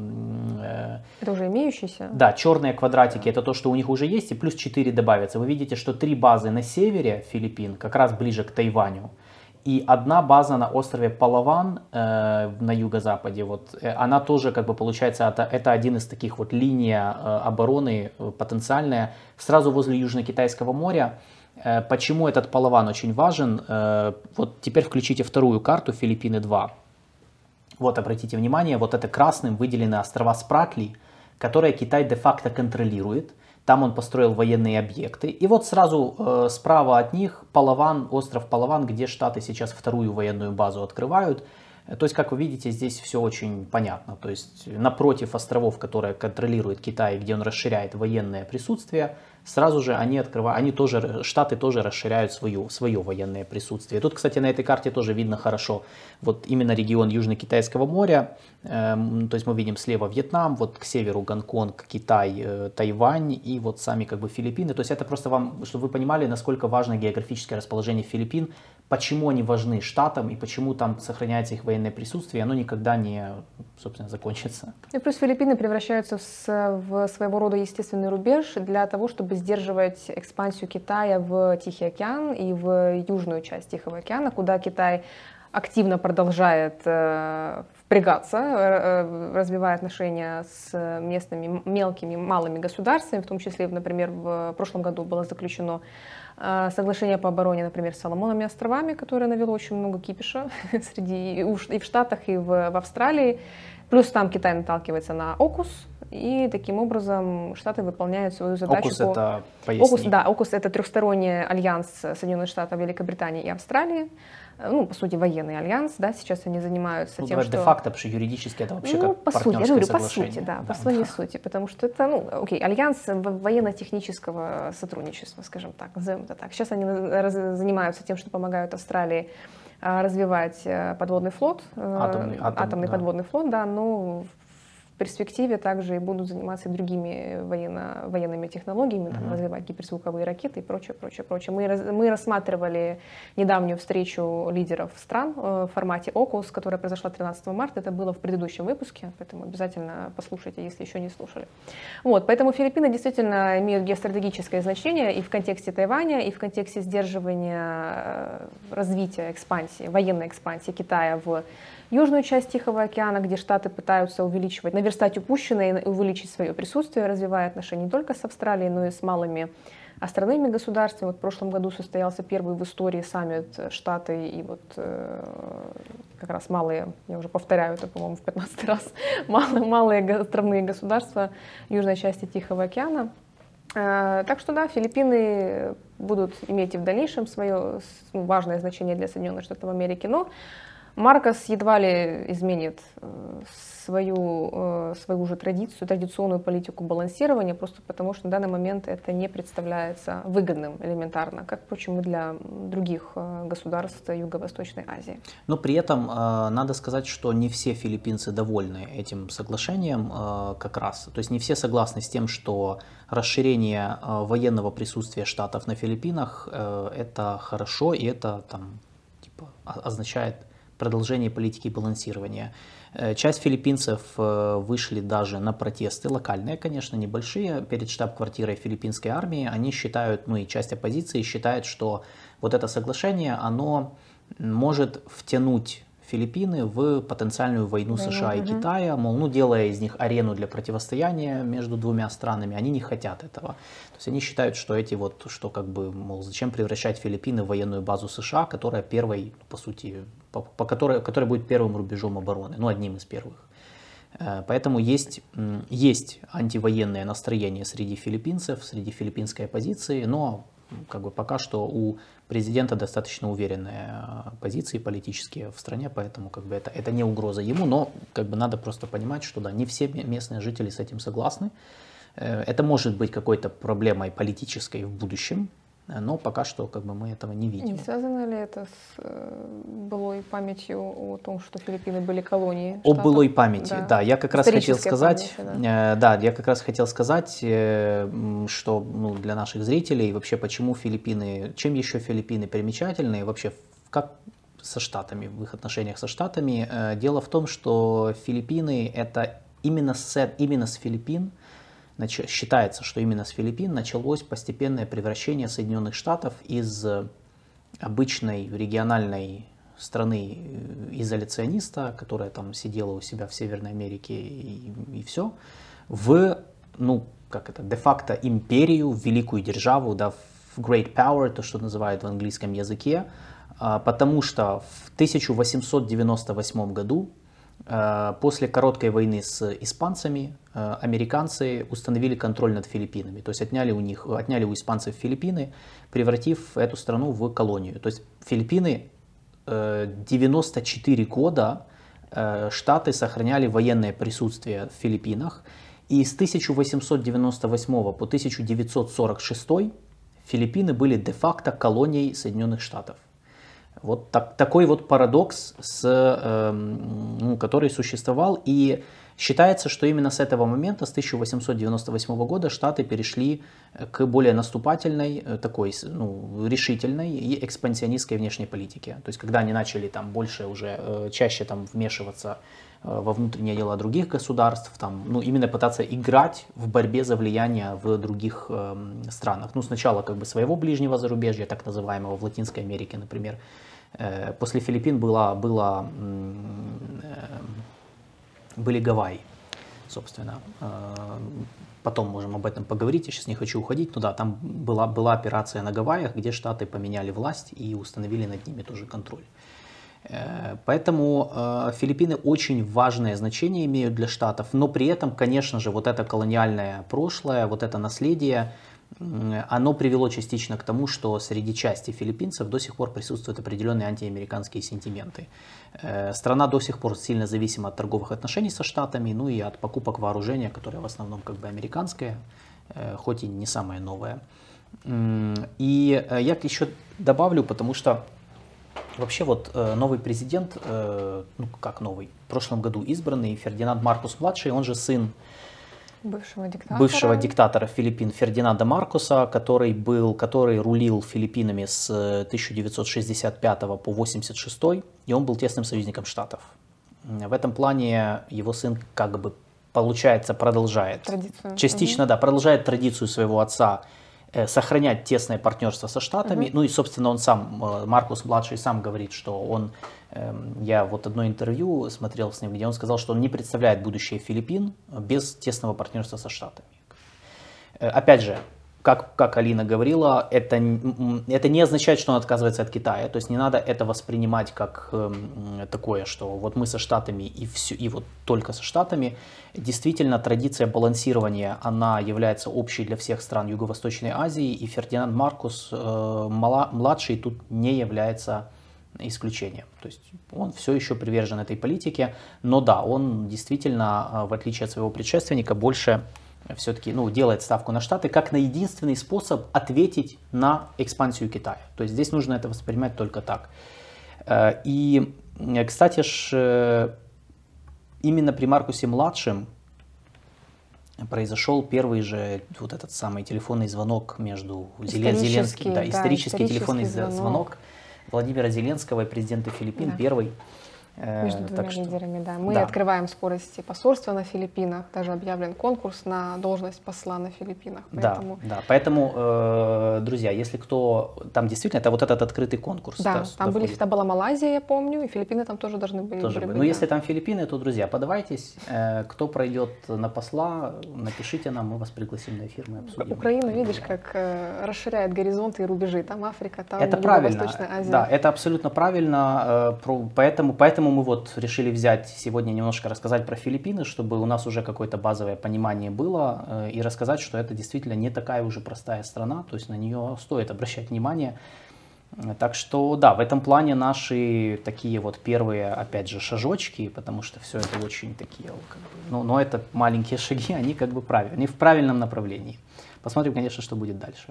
Speaker 2: это уже имеющиеся?
Speaker 1: Да, черные квадратики, это то, что у них уже есть, и плюс 4 добавятся. Вы видите, что 3 базы на севере Филиппин, как раз ближе к Тайваню, и одна база на острове Палаван на юго-западе, вот, она тоже, как бы, получается, это один из таких вот линий обороны потенциальная, сразу возле Южно-Китайского моря. Почему этот Палаван очень важен? Вот теперь включите вторую карту Филиппины 2. Вот обратите внимание, вот это красным выделены острова Спратли, которые Китай де-факто контролирует. Там он построил военные объекты. И вот сразу справа от них Палаван, остров Палаван, где Штаты сейчас вторую военную базу открывают. То есть, как вы видите, здесь все очень понятно. То есть, напротив островов, которые контролирует Китай, где он расширяет военное присутствие, сразу же Штаты тоже расширяют свое военное присутствие. Тут, кстати, на этой карте тоже видно хорошо, вот именно регион Южно-Китайского моря, то есть мы видим слева Вьетнам, вот к северу Гонконг, Китай, Тайвань и вот сами как бы Филиппины. То есть это просто вам, чтобы вы понимали, насколько важно географическое расположение Филиппин, почему они важны Штатам и почему там сохраняется их военное присутствие, и оно никогда не, собственно, закончится.
Speaker 2: И плюс Филиппины превращаются в своего рода естественный рубеж для того, чтобы сдерживать экспансию Китая в Тихий океан и в южную часть Тихого океана, куда Китай активно продолжает впрягаться, развивая отношения с местными мелкими, малыми государствами, в том числе, например, в прошлом году было заключено соглашение по обороне, например, с Соломоновыми островами, которое навело очень много кипиша и в Штатах, и в Австралии. Плюс там Китай наталкивается на АУКУС, и таким образом Штаты выполняют свою задачу.
Speaker 1: АУКУС это, поясни.
Speaker 2: АУКУС это трехсторонний альянс Соединенных Штатов, Великобритании и Австралии. По сути, военный альянс, да, сейчас они занимаются тем, что...
Speaker 1: де-факто, потому что юридически это вообще как партнерское соглашение.
Speaker 2: По сути, да, по своей сути, потому что это, альянс военно-технического сотрудничества, скажем так, назовем это так. Сейчас они занимаются тем, что помогают Австралии развивать подводный флот, атомный подводный флот, да, но перспективе также и будут заниматься другими военными технологиями, там, развивать гиперзвуковые ракеты и прочее, прочее, прочее. Мы рассматривали недавнюю встречу лидеров стран в формате ОКУС, которая произошла 13 марта. Это было в предыдущем выпуске, поэтому обязательно послушайте, если еще не слушали. Вот, поэтому Филиппины действительно имеют геостратегическое значение и в контексте Тайваня, и в контексте сдерживания развития, экспансии, военной экспансии Китая в южную часть Тихого океана, где Штаты пытаются увеличивать, наверстать упущенное и увеличить свое присутствие, развивая отношения не только с Австралией, но и с малыми островными государствами. Вот в прошлом году состоялся первый в истории саммит Штаты и вот как раз малые, я уже повторяю это, по-моему, в 15 раз, малые островные государства южной части Тихого океана. Так что да, Филиппины будут иметь и в дальнейшем свое важное значение для Соединенных Штатов Америки, но Маркос едва ли изменит свою же традиционную политику балансирования, просто потому что на данный момент это не представляется выгодным элементарно, как, впрочем, и для других государств Юго-Восточной Азии.
Speaker 1: Но при этом надо сказать, что не все филиппинцы довольны этим соглашением как раз. То есть не все согласны с тем, что расширение военного присутствия Штатов на Филиппинах это хорошо, и это там, типа, означает продолжение политики балансирования. Часть филиппинцев вышли даже на протесты, локальные, конечно, небольшие, перед штаб-квартирой филиппинской армии. Они считают, ну и часть оппозиции считает, что вот это соглашение, оно может втянуть Филиппины в потенциальную войну США и Китая, мол, ну, делая из них арену для противостояния между двумя странами, они не хотят этого. То есть они считают, что эти вот, что как бы, мол, зачем превращать Филиппины в военную базу США, которая первой, по сути, которая будет первым рубежом обороны, ну, одним из первых. Поэтому есть антивоенное настроение среди филиппинцев, среди филиппинской оппозиции, но как бы пока что у президента достаточно уверенные позиции политические в стране, поэтому как бы это не угроза ему, но как бы надо просто понимать, что да, не все местные жители с этим согласны. Это может быть какой-то проблемой политической в будущем, но пока что как бы мы этого не видим.
Speaker 2: Не связано ли это с былой памятью о том, что Филиппины были колонией
Speaker 1: О
Speaker 2: Штатов?
Speaker 1: былой памяти, да. Я как раз хотел сказать, что ну, для наших зрителей вообще почему Филиппины, чем еще Филиппины примечательны, вообще как со Штатами, в их отношениях со Штатами. Дело в том, что Филиппины это именно с Филиппин. Считается, что именно с Филиппин началось постепенное превращение Соединенных Штатов из обычной региональной страны изоляциониста, которая там сидела у себя в Северной Америке и все, в, ну, как это, де-факто империю, в великую державу, да, в great power, то, что называют в английском языке, потому что в 1898 году после короткой войны с испанцами американцы установили контроль над Филиппинами, то есть отняли у испанцев Филиппины, превратив эту страну в колонию. То есть Филиппины 94 года Штаты сохраняли военное присутствие в Филиппинах, и с 1898 по 1946 Филиппины были де-факто колонией Соединенных Штатов. Вот такой вот парадокс, который существовал, и считается, что именно с этого момента, с 1898 года, Штаты перешли к более наступательной, такой, решительной и экспансионистской внешней политике. То есть, когда они начали там больше уже, чаще там вмешиваться во внутренние дела других государств, там, ну, именно пытаться играть в борьбе за влияние в других странах. Ну, сначала как бы своего ближнего зарубежья, так называемого, в Латинской Америке, например. После Филиппин были Гавайи, собственно. Потом можем об этом поговорить, я сейчас не хочу уходить. Ну да, там была операция на Гавайях, где Штаты поменяли власть и установили над ними тоже контроль. Поэтому Филиппины очень важное значение имеют для Штатов, но при этом, конечно же, вот это колониальное прошлое, вот это наследие, оно привело частично к тому, что среди части филиппинцев до сих пор присутствуют определенные антиамериканские сентименты. Страна до сих пор сильно зависима от торговых отношений со Штатами, ну и от покупок вооружения, которое в основном как бы американское, хоть и не самое новое. И я еще добавлю, потому что Вообще вот новый президент, ну как новый, в прошлом году избранный Фердинанд Маркос-младший, он же сын бывшего диктатора Филиппин Фердинанда Маркоса, который рулил Филиппинами с 1965 по 1986, и он был тесным союзником Штатов. В этом плане его сын как бы, получается, продолжает
Speaker 2: традицию.
Speaker 1: Частично, да, продолжает традицию своего отца сохранять тесное партнерство со Штатами. Ну и, собственно, он сам, Маркос-младший сам говорит, что я вот одно интервью смотрел с ним, где он сказал, что он не представляет будущее Филиппин без тесного партнерства со Штатами. Опять же, как Алина говорила, это не означает, что он отказывается от Китая. То есть не надо это воспринимать как такое, что вот мы со Штатами и вот только со Штатами. Действительно, традиция балансирования, она является общей для всех стран Юго-Восточной Азии, и Фердинанд Маркос младший тут не является исключением. То есть он все еще привержен этой политике, но да, он действительно, в отличие от своего предшественника, больше все-таки делает ставку на Штаты как на единственный способ ответить на экспансию Китая. То есть здесь нужно это воспринимать только так. И, кстати, именно при Маркосе-младшем произошел первый же вот этот самый телефонный звонок между Зеленским, да, исторический телефонный звонок Владимира Зеленского и президента Филиппин,
Speaker 2: да.
Speaker 1: Первый.
Speaker 2: Между двумя лидерами, да. Мы открываем скорости посольства на Филиппинах, даже объявлен конкурс на должность посла на Филиппинах.
Speaker 1: Поэтому... Да, поэтому, друзья, если кто... Там действительно, это вот этот открытый конкурс.
Speaker 2: Да, там была Малайзия, я помню, и Филиппины там тоже должны были быть.
Speaker 1: Ну, если там Филиппины, то, друзья, подавайтесь. Кто пройдет на посла, напишите нам, мы вас пригласим на эфир, мы обсудим.
Speaker 2: Украина, видишь, как расширяет горизонты и рубежи. Там Африка, там
Speaker 1: Юго-Восточная Азия. Да, это абсолютно правильно. Поэтому мы вот решили взять сегодня немножко рассказать про Филиппины, чтобы у нас уже какое-то базовое понимание было, и рассказать, что это действительно не такая уже простая страна, то есть на нее стоит обращать внимание. Так что да, в этом плане наши такие вот первые, опять же, шажочки, потому что все это очень такие, но это маленькие шаги, они как бы правильные, они в правильном направлении. Посмотрим, конечно, что будет дальше.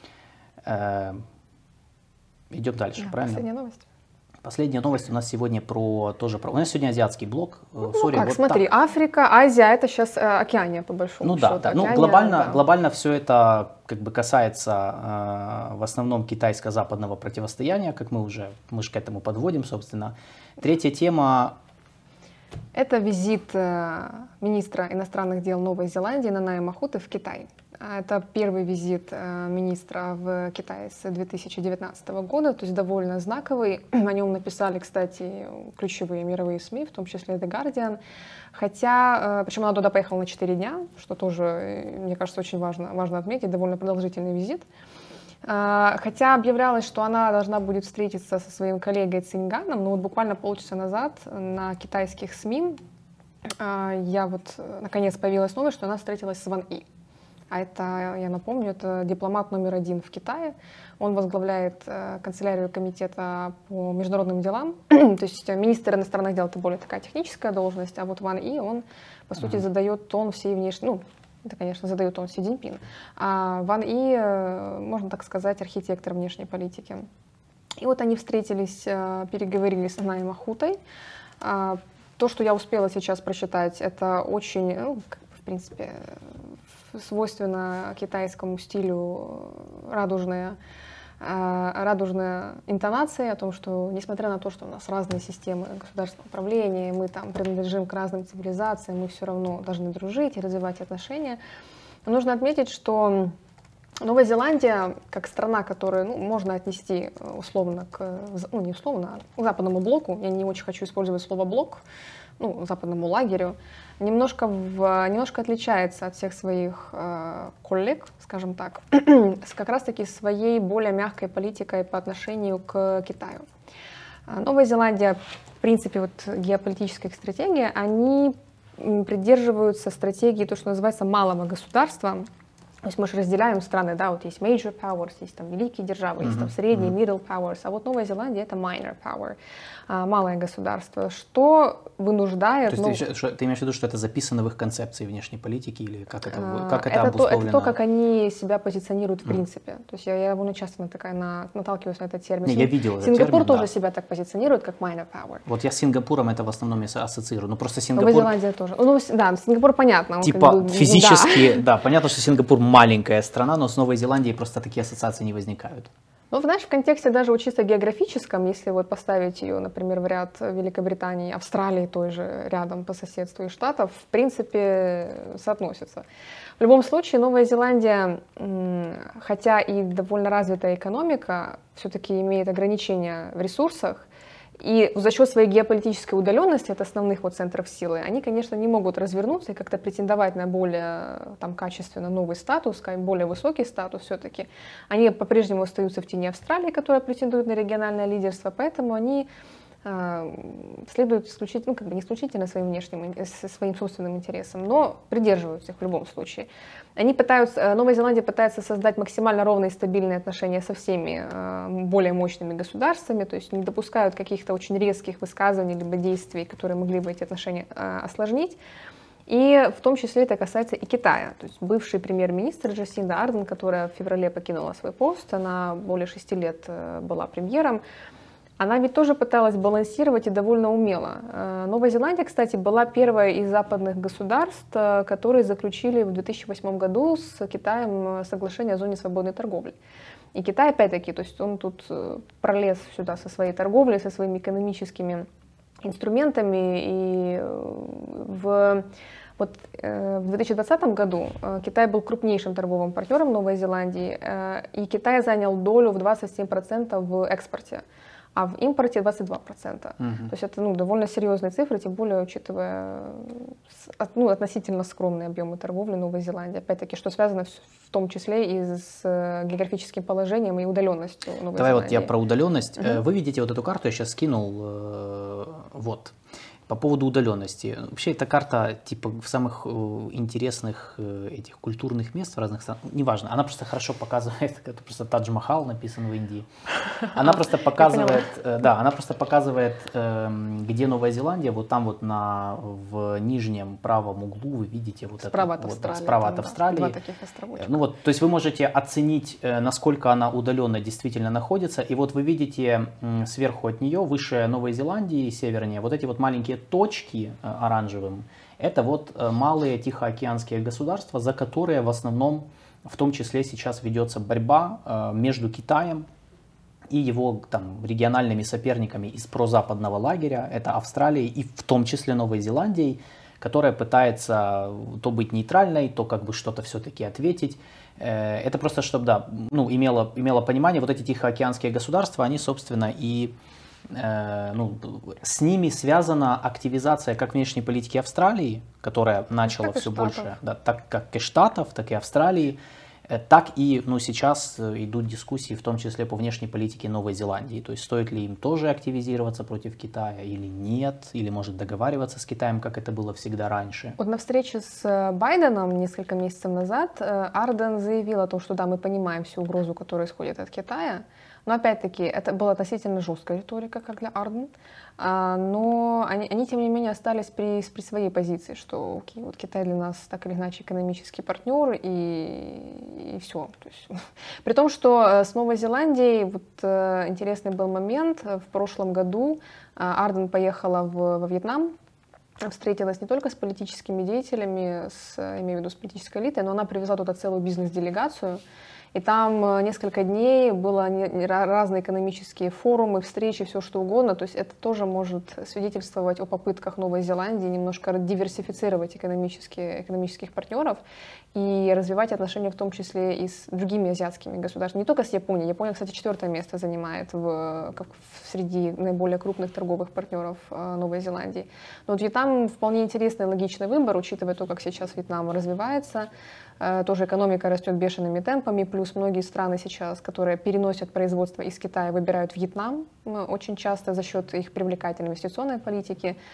Speaker 1: Идем дальше,
Speaker 2: да,
Speaker 1: правильно?
Speaker 2: Последняя новость.
Speaker 1: Последняя новость у нас сегодня У нас сегодня азиатский блок.
Speaker 2: Смотри, так. Африка, Азия, это сейчас Океания, по большому счету.
Speaker 1: Да. Глобально все это как бы касается в основном китайско-западного противостояния, как мы же к этому подводим, собственно. Третья тема.
Speaker 2: Это визит министра иностранных дел Новой Зеландии Наная Махуты в Китай. Это первый визит министра в Китай с 2019 года, то есть довольно знаковый. О нем написали, кстати, ключевые мировые СМИ, в том числе The Guardian. Хотя, причем она туда поехала на 4 дня, что тоже, мне кажется, очень важно отметить, довольно продолжительный визит. Хотя объявлялось, что она должна будет встретиться со своим коллегой Цинганом, но вот буквально полчаса назад на китайских СМИ наконец появилась новость, что она встретилась с Ван И. А это, я напомню, это дипломат номер 1 в Китае. Он возглавляет канцелярию комитета по международным делам. То есть министр иностранных дел — это более такая техническая должность, а вот Ван И, он, по сути, задает тон всей внешней... это, конечно, задает тон Си Цзиньпин. А Ван И, можно так сказать, архитектор внешней политики. И вот они встретились, переговорили с Наной Махутой. То, что я успела сейчас прочитать, это очень, в принципе, свойственно китайскому стилю радужная интонация о том, что несмотря на то, что у нас разные системы государственного управления, мы там принадлежим к разным цивилизациям, мы все равно должны дружить и развивать отношения. Но нужно отметить, что Новая Зеландия, как страна, которую можно отнести условно не условно, а к западному блоку, я не очень хочу использовать слово «блок», западному лагерю, немножко отличается от всех своих коллег, скажем так, как раз-таки своей более мягкой политикой по отношению к Китаю. Новая Зеландия, в принципе, геополитическая стратегия, они придерживаются стратегии, то, что называется, малого государства. То есть мы же разделяем страны, да, вот есть major powers, есть там великие державы, есть там средние, middle powers, а вот Новая Зеландия — это minor power, малое государство, что вынуждает...
Speaker 1: То есть ты имеешь в виду, что это записано в их концепции внешней политики, или как это обусловлено?
Speaker 2: Это то, как они себя позиционируют в принципе. То есть я довольно часто наталкиваюсь на этот термин.
Speaker 1: Я видел этот
Speaker 2: Сингапур
Speaker 1: термин,
Speaker 2: тоже
Speaker 1: да.
Speaker 2: себя так позиционирует, как minor power.
Speaker 1: Вот я с Сингапуром это в основном ассоциирую. Ну просто Сингапур...
Speaker 2: Новая Зеландия тоже. Ну да, Сингапур понятно.
Speaker 1: Типа физически, да, понятно, что Сингапур маленькая страна, но с Новой Зеландией просто такие ассоциации не возникают.
Speaker 2: Ну, знаешь, в контексте даже чисто географическом, если вот поставить ее, например, в ряд Великобритании, Австралии той же, рядом по соседству и Штатов, в принципе, соотносятся. В любом случае, Новая Зеландия, хотя и довольно развитая экономика, все-таки имеет ограничения в ресурсах, и за счет своей геополитической удаленности от основных вот центров силы, они, конечно, не могут развернуться и как-то претендовать на более там, качественно новый статус, более высокий статус все-таки. Они по-прежнему остаются в тени Австралии, которая претендует на региональное лидерство, поэтому они следуют исключительно, ну, как бы не исключительно своим собственным интересам, но придерживаются их в любом случае. Новая Зеландия пытается создать максимально ровные и стабильные отношения со всеми более мощными государствами, то есть не допускают каких-то очень резких высказываний либо действий, которые могли бы эти отношения осложнить. И в том числе это касается и Китая. То есть бывший премьер-министр Джасинда Ардерн, которая в феврале покинула свой пост, она более 6 лет была премьером, она ведь тоже пыталась балансировать и довольно умело. Новая Зеландия, кстати, была первой из западных государств, которые заключили в 2008 году с Китаем соглашение о зоне свободной торговли. И Китай, опять-таки, то есть он тут пролез сюда со своей торговлей, со своими экономическими инструментами. И в 2020 году Китай был крупнейшим торговым партнером Новой Зеландии, и Китай занял долю в 27% в экспорте, а в импорте 22%. То есть это довольно серьезные цифры, тем более учитывая относительно скромные объемы торговли Новой Зеландии. Опять-таки, что связано в том числе и с географическим положением и удаленностью Новой
Speaker 1: Давай
Speaker 2: Зеландии.
Speaker 1: вот я про удаленность. Вы видите вот эту карту, я сейчас скинул, вот. По поводу удаленности. Вообще эта карта типа в самых интересных этих культурных мест в разных странах. Неважно, она просто хорошо показывает, это просто Тадж-Махал написан в Индии. Она просто показывает, где Новая Зеландия. Вот там вот в нижнем правом углу вы видите вот
Speaker 2: справа
Speaker 1: это,
Speaker 2: от Австралии.
Speaker 1: Справа от Австралии.
Speaker 2: Два таких островочка.
Speaker 1: Ну вот, то есть вы можете оценить, насколько она удаленно действительно находится. И вот вы видите сверху от нее, выше Новой Зеландии, севернее, вот эти вот маленькие точки оранжевым, это вот малые тихоокеанские государства, за которые в основном, в том числе сейчас ведется борьба между Китаем и его там региональными соперниками из прозападного лагеря, это Австралия и в том числе Новой Зеландией, которая пытается то быть нейтральной, то как бы что-то все-таки ответить. Это просто, чтобы, да, имело понимание, вот эти тихоокеанские государства, они, собственно, и с ними связана активизация как внешней политики Австралии, которая начала все больше, да, так как и Штатов, так и Австралии, так и сейчас идут дискуссии, в том числе по внешней политике Новой Зеландии. То есть стоит ли им тоже активизироваться против Китая или нет, или может договариваться с Китаем, как это было всегда раньше.
Speaker 2: Вот на встрече с Байденом несколько месяцев назад Арден заявил о том, что да, мы понимаем всю угрозу, которая исходит от Китая. Но опять-таки, это была относительно жесткая риторика, как для Арден, но они тем не менее остались при своей позиции, что окей, вот Китай для нас так или иначе экономический партнер и все. То есть, при том, что с Новой Зеландией интересный был момент. В прошлом году Арден поехала во Вьетнам, встретилась не только с политическими деятелями, имею в виду с политической элитой, но она привезла туда целую бизнес-делегацию. И там несколько дней было разные экономические форумы, встречи, все что угодно. То есть это тоже может свидетельствовать о попытках Новой Зеландии немножко диверсифицировать экономических партнеров и развивать отношения в том числе и с другими азиатскими государствами. Не только с Японией. Япония, кстати, 4-е место занимает среди наиболее крупных торговых партнеров Новой Зеландии. Но вот Вьетнам вполне интересный, логичный выбор, учитывая то, как сейчас Вьетнам развивается. Тоже экономика растет бешеными темпами, плюс многие страны сейчас, которые переносят производство из Китая, выбирают Вьетнам очень часто за счет их привлекательной инвестиционной политики.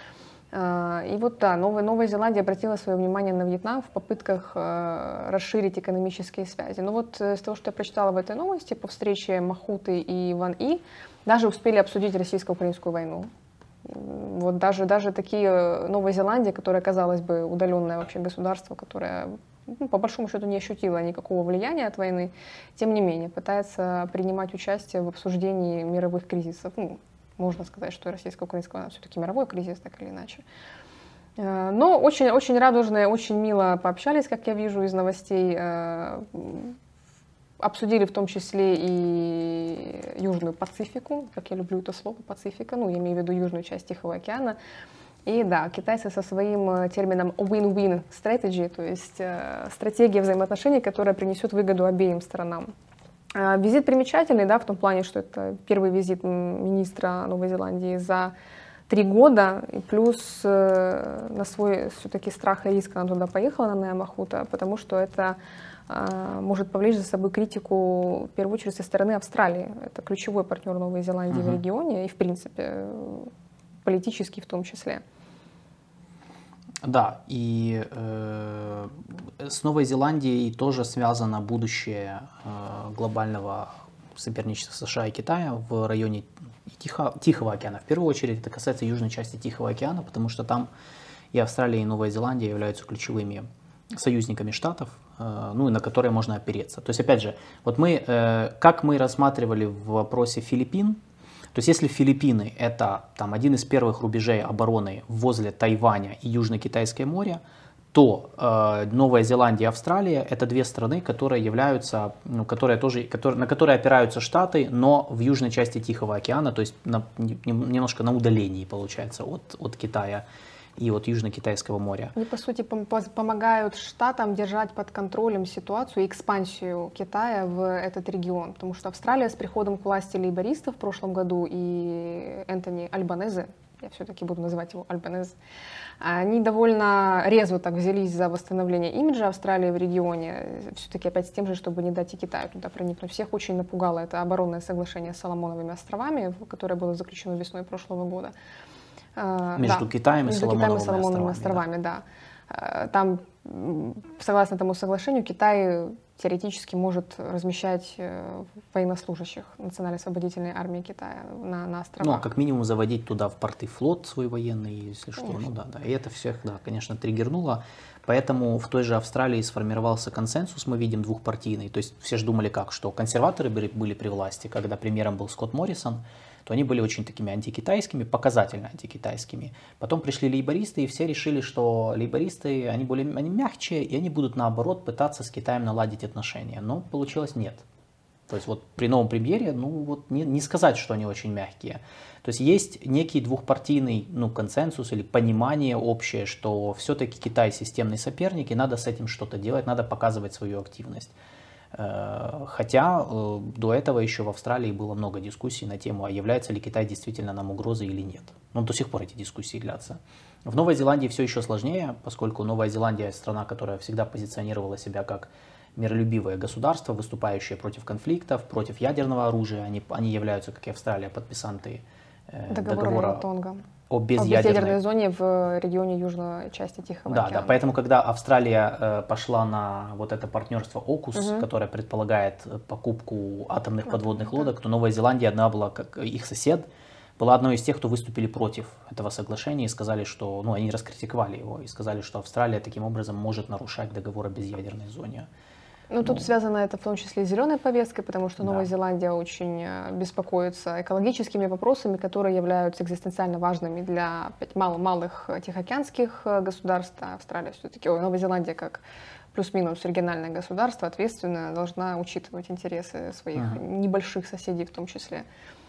Speaker 2: И вот да, Новая Зеландия обратила свое внимание на Вьетнам в попытках расширить экономические связи. Но вот с того, что я прочитала в этой новости, по встрече Махуты и Ван И даже успели обсудить российско-украинскую войну. Вот даже такие Новая Зеландия, которая, казалось бы, удаленное вообще государство, которое по большому счету не ощутила никакого влияния от войны, тем не менее пытается принимать участие в обсуждении мировых кризисов. Можно сказать, что российско-украинская война все-таки мировой кризис, так или иначе. Но очень, очень радужные, очень мило пообщались, как я вижу из новостей. Обсудили в том числе и Южную Пацифику, как я люблю это слово, Пацифика, я имею в виду южную часть Тихого океана. И да, китайцы со своим термином win-win strategy, то есть стратегия взаимоотношений, которая принесет выгоду обеим сторонам. Визит примечательный, да, в том плане, что это первый визит министра Новой Зеландии за 3 года, и плюс на свой все-таки страх и риск она туда поехала, на Нана Махута, потому что это может повлечь за собой критику, в первую очередь, со стороны Австралии. Это ключевой партнер Новой Зеландии в регионе и, в принципе, политический в том числе.
Speaker 1: Да, и с Новой Зеландией тоже связано будущее глобального соперничества США и Китая в районе Тихого океана. В первую очередь это касается южной части Тихого океана, потому что там и Австралия, и Новая Зеландия являются ключевыми союзниками Штатов, и на которые можно опереться. То есть, опять же, вот как мы рассматривали в вопросе Филиппин, то есть если Филиппины это один из первых рубежей обороны возле Тайваня и Южно-Китайское море, то Новая Зеландия и Австралия это 2 страны, которые являются, на которые опираются Штаты, но в южной части Тихого океана, то есть немножко на удалении, получается, от Китая и от Южно-Китайского моря.
Speaker 2: Они, по сути, помогают Штатам держать под контролем ситуацию и экспансию Китая в этот регион. Потому что Австралия с приходом к власти лейбористов в прошлом году и Энтони Альбанезе, я все-таки буду называть его Альбанез, они довольно резво так взялись за восстановление имиджа Австралии в регионе, все-таки опять с тем же, чтобы не дать и Китаю туда проникнуть. Всех очень напугало это оборонное соглашение с Соломоновыми островами, которое было заключено весной прошлого года.
Speaker 1: Между Китаем и Соломоновыми
Speaker 2: островами, да. Там, согласно тому соглашению, Китай теоретически может размещать военнослужащих Национально-освободительной армии Китая на островах.
Speaker 1: Как минимум заводить туда в порты флот свой военный, если что. И это всех, конечно, триггернуло. Поэтому в той же Австралии сформировался консенсус, мы видим, двухпартийный. То есть все же думали что консерваторы были при власти, когда премьером был Скотт Моррисон, то они были очень такими антикитайскими, показательно антикитайскими. Потом пришли лейбористы, и все решили, что лейбористы, они мягче, и они будут, наоборот, пытаться с Китаем наладить отношения. Но получилось нет. То есть при новом премьере, не сказать, что они очень мягкие. То есть есть некий двухпартийный консенсус или понимание общее, что все-таки Китай системный соперник, и надо с этим что-то делать, надо показывать свою активность. Хотя до этого еще в Австралии было много дискуссий на тему, а является ли Китай действительно нам угрозой или нет. До сих пор эти дискуссии длятся. В Новой Зеландии все еще сложнее, поскольку Новая Зеландия страна, которая всегда позиционировала себя как миролюбивое государство, выступающее против конфликтов, против ядерного оружия. Они являются, как и Австралия, подписанты договора о безъядерной
Speaker 2: зоне в регионе южной части Тихого океана.
Speaker 1: Да, поэтому когда Австралия пошла на это партнерство AUKUS, которое предполагает покупку атомных подводных лодок, то Новая Зеландия, одна была, как их сосед, была одной из тех, кто выступили против этого соглашения и сказали, что, они раскритиковали его и сказали, что Австралия таким образом может нарушать договор о безъядерной зоне.
Speaker 2: Тут связано это в том числе с зеленой повесткой, потому что Новая Зеландия очень беспокоится экологическими вопросами, которые являются экзистенциально важными для малых тихоокеанских государств. Австралия все-таки, Новая Зеландия как плюс-минус региональное государство ответственно должна учитывать интересы своих небольших соседей в том числе.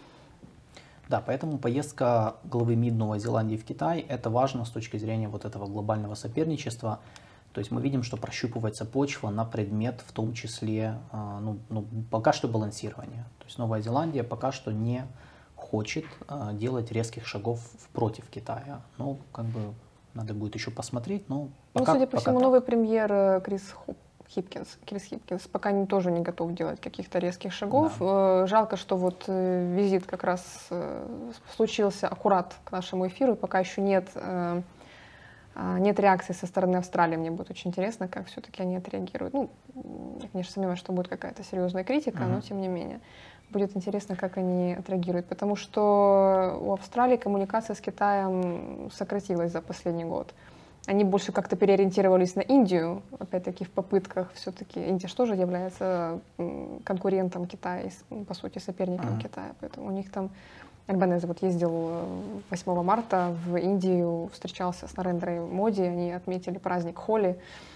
Speaker 1: Да, поэтому поездка главы МИД Новой Зеландии в Китай – это важно с точки зрения этого глобального соперничества. То есть мы видим, что прощупывается почва на предмет, в том числе, пока что балансирования. То есть Новая Зеландия пока что не хочет делать резких шагов против Китая. Надо будет еще посмотреть, но пока,
Speaker 2: судя по всему, новый премьер Крис Хипкинс, пока тоже не готов делать каких-то резких шагов. Да. Жалко, что вот визит как раз случился аккурат к нашему эфиру, пока еще нет реакции со стороны Австралии. Мне будет очень интересно, как все-таки они отреагируют. Ну, я, конечно, сомневаюсь, что будет какая-то серьезная критика, но тем не менее. Будет интересно, как они отреагируют, потому что у Австралии коммуникация с Китаем сократилась за последний год. Они больше как-то переориентировались на Индию, опять-таки в попытках все-таки. Индия же тоже является конкурентом Китая, по сути, соперником Китая, поэтому у них там Альбанезе вот ездил 8 марта в Индию, встречался с Нарендрой Моди, они отметили праздник Холи,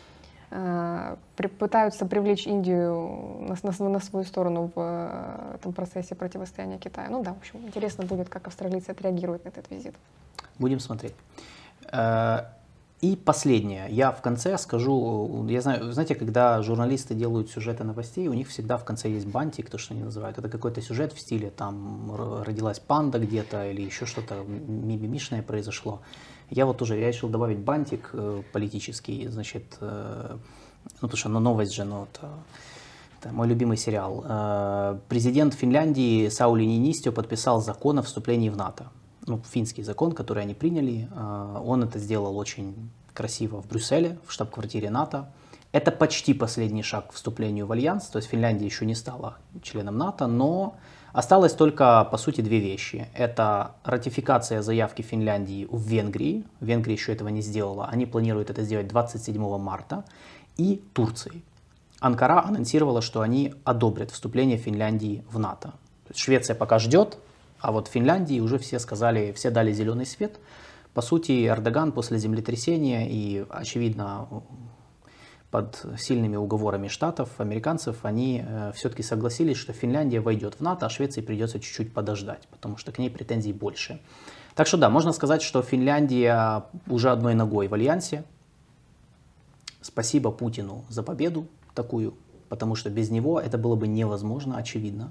Speaker 2: пытаются привлечь Индию на свою сторону в этом процессе противостояния Китаю. Ну да, в общем, интересно будет, как австралийцы отреагируют на этот визит.
Speaker 1: Будем смотреть. И последнее. Я в конце скажу, я знаю, знаете, когда журналисты делают сюжеты новостей, у них всегда в конце есть бантик, то, что они называют. Это какой-то сюжет в стиле, там, родилась панда где-то или еще что-то мимимишное произошло. Я вот тоже, я решил добавить бантик политический, значит, ну, потому что новость же, ну, это мой любимый сериал. Президент Финляндии Саули Ниинистё подписал закон о вступлении в НАТО. Ну, финский закон, который они приняли, он это сделал очень красиво в Брюсселе, в штаб-квартире НАТО. Это почти последний шаг к вступлению в альянс, то есть Финляндия еще не стала членом НАТО, но осталось только, по сути, две вещи. Это ратификация заявки Финляндии в Венгрии, Венгрия еще этого не сделала, они планируют это сделать 27 марта, и Турции. Анкара анонсировала, что они одобрят вступление Финляндии в НАТО. Швеция пока ждет, а вот в Финляндии уже все сказали, все дали зеленый свет. По сути, Эрдоган после землетрясения и, очевидно, под сильными уговорами штатов, американцев, они все-таки согласились, что Финляндия войдет в НАТО, а Швеции придется чуть-чуть подождать, потому что к ней претензий больше. Так что да, можно сказать, что Финляндия уже одной ногой в альянсе. Спасибо Путину за победу такую, потому что без него это было бы невозможно, очевидно.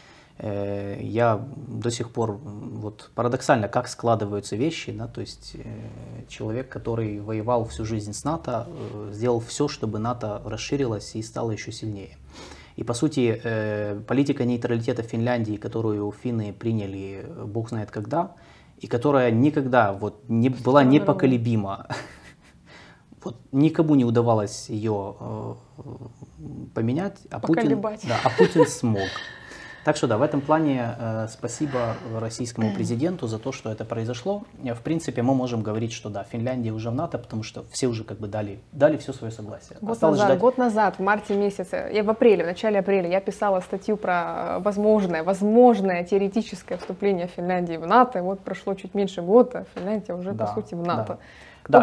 Speaker 1: Я до сих пор, вот парадоксально, как складываются вещи, да, то есть человек, который воевал всю жизнь с НАТО, сделал все, чтобы НАТО расширилось и стало еще сильнее. И по сути политика нейтралитета Финляндии, которую финны приняли бог знает когда, и которая никогда вот не была непоколебима, вот никому не удавалось ее поменять, а Путин смог. Так что да, в этом плане спасибо российскому президенту за то, что это произошло. В принципе, мы можем говорить, что да, Финляндия уже в НАТО, потому что все уже как бы дали все свое согласие.
Speaker 2: Год назад, в марте месяце, в начале апреля, я писала статью про возможное теоретическое вступление Финляндии в НАТО. И вот прошло чуть меньше года, Финляндия уже по сути в НАТО.
Speaker 1: Да,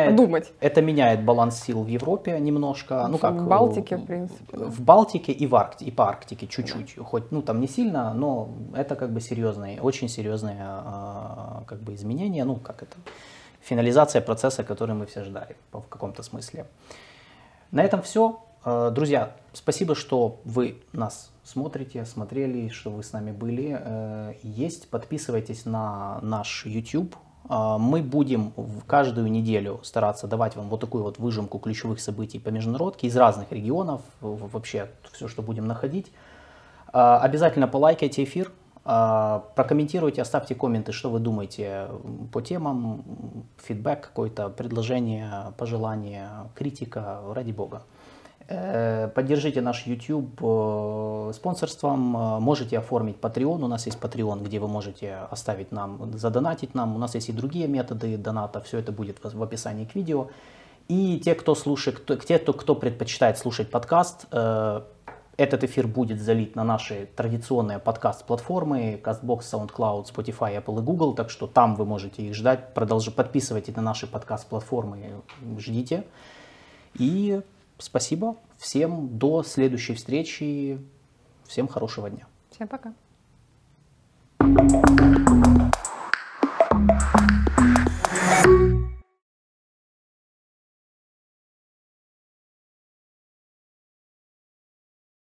Speaker 1: это меняет баланс сил в Европе немножко. Ну, как,
Speaker 2: в Балтике, в принципе. Да.
Speaker 1: В Балтике и по Арктике чуть-чуть. Да. Хоть, ну, там не сильно, но это как бы очень серьезные как бы изменения. Ну, как это, финализация процесса, который мы все ждали в каком-то смысле. На этом все. Друзья, спасибо, что вы нас смотрели, что вы с нами были. Подписывайтесь на наш YouTube. Мы будем каждую неделю стараться давать вам вот такую вот выжимку ключевых событий по международке из разных регионов, вообще все, что будем находить. Обязательно полайкайте эфир, прокомментируйте, оставьте комменты, что вы думаете по темам, фидбэк какой-то, предложение, пожелание, критика, ради бога. Поддержите наш YouTube спонсорством, можете оформить Patreon, у нас есть Patreon, где вы можете оставить нам, задонатить нам, у нас есть и другие методы доната, все это будет в описании к видео. И те, кто предпочитает слушать подкаст, этот эфир будет залит на наши традиционные подкаст-платформы CastBox, SoundCloud, Spotify, Apple и Google, так что там вы можете их ждать, подписывайтесь на наши подкаст-платформы, ждите. И спасибо всем, до следующей встречи, всем хорошего дня.
Speaker 2: Всем пока.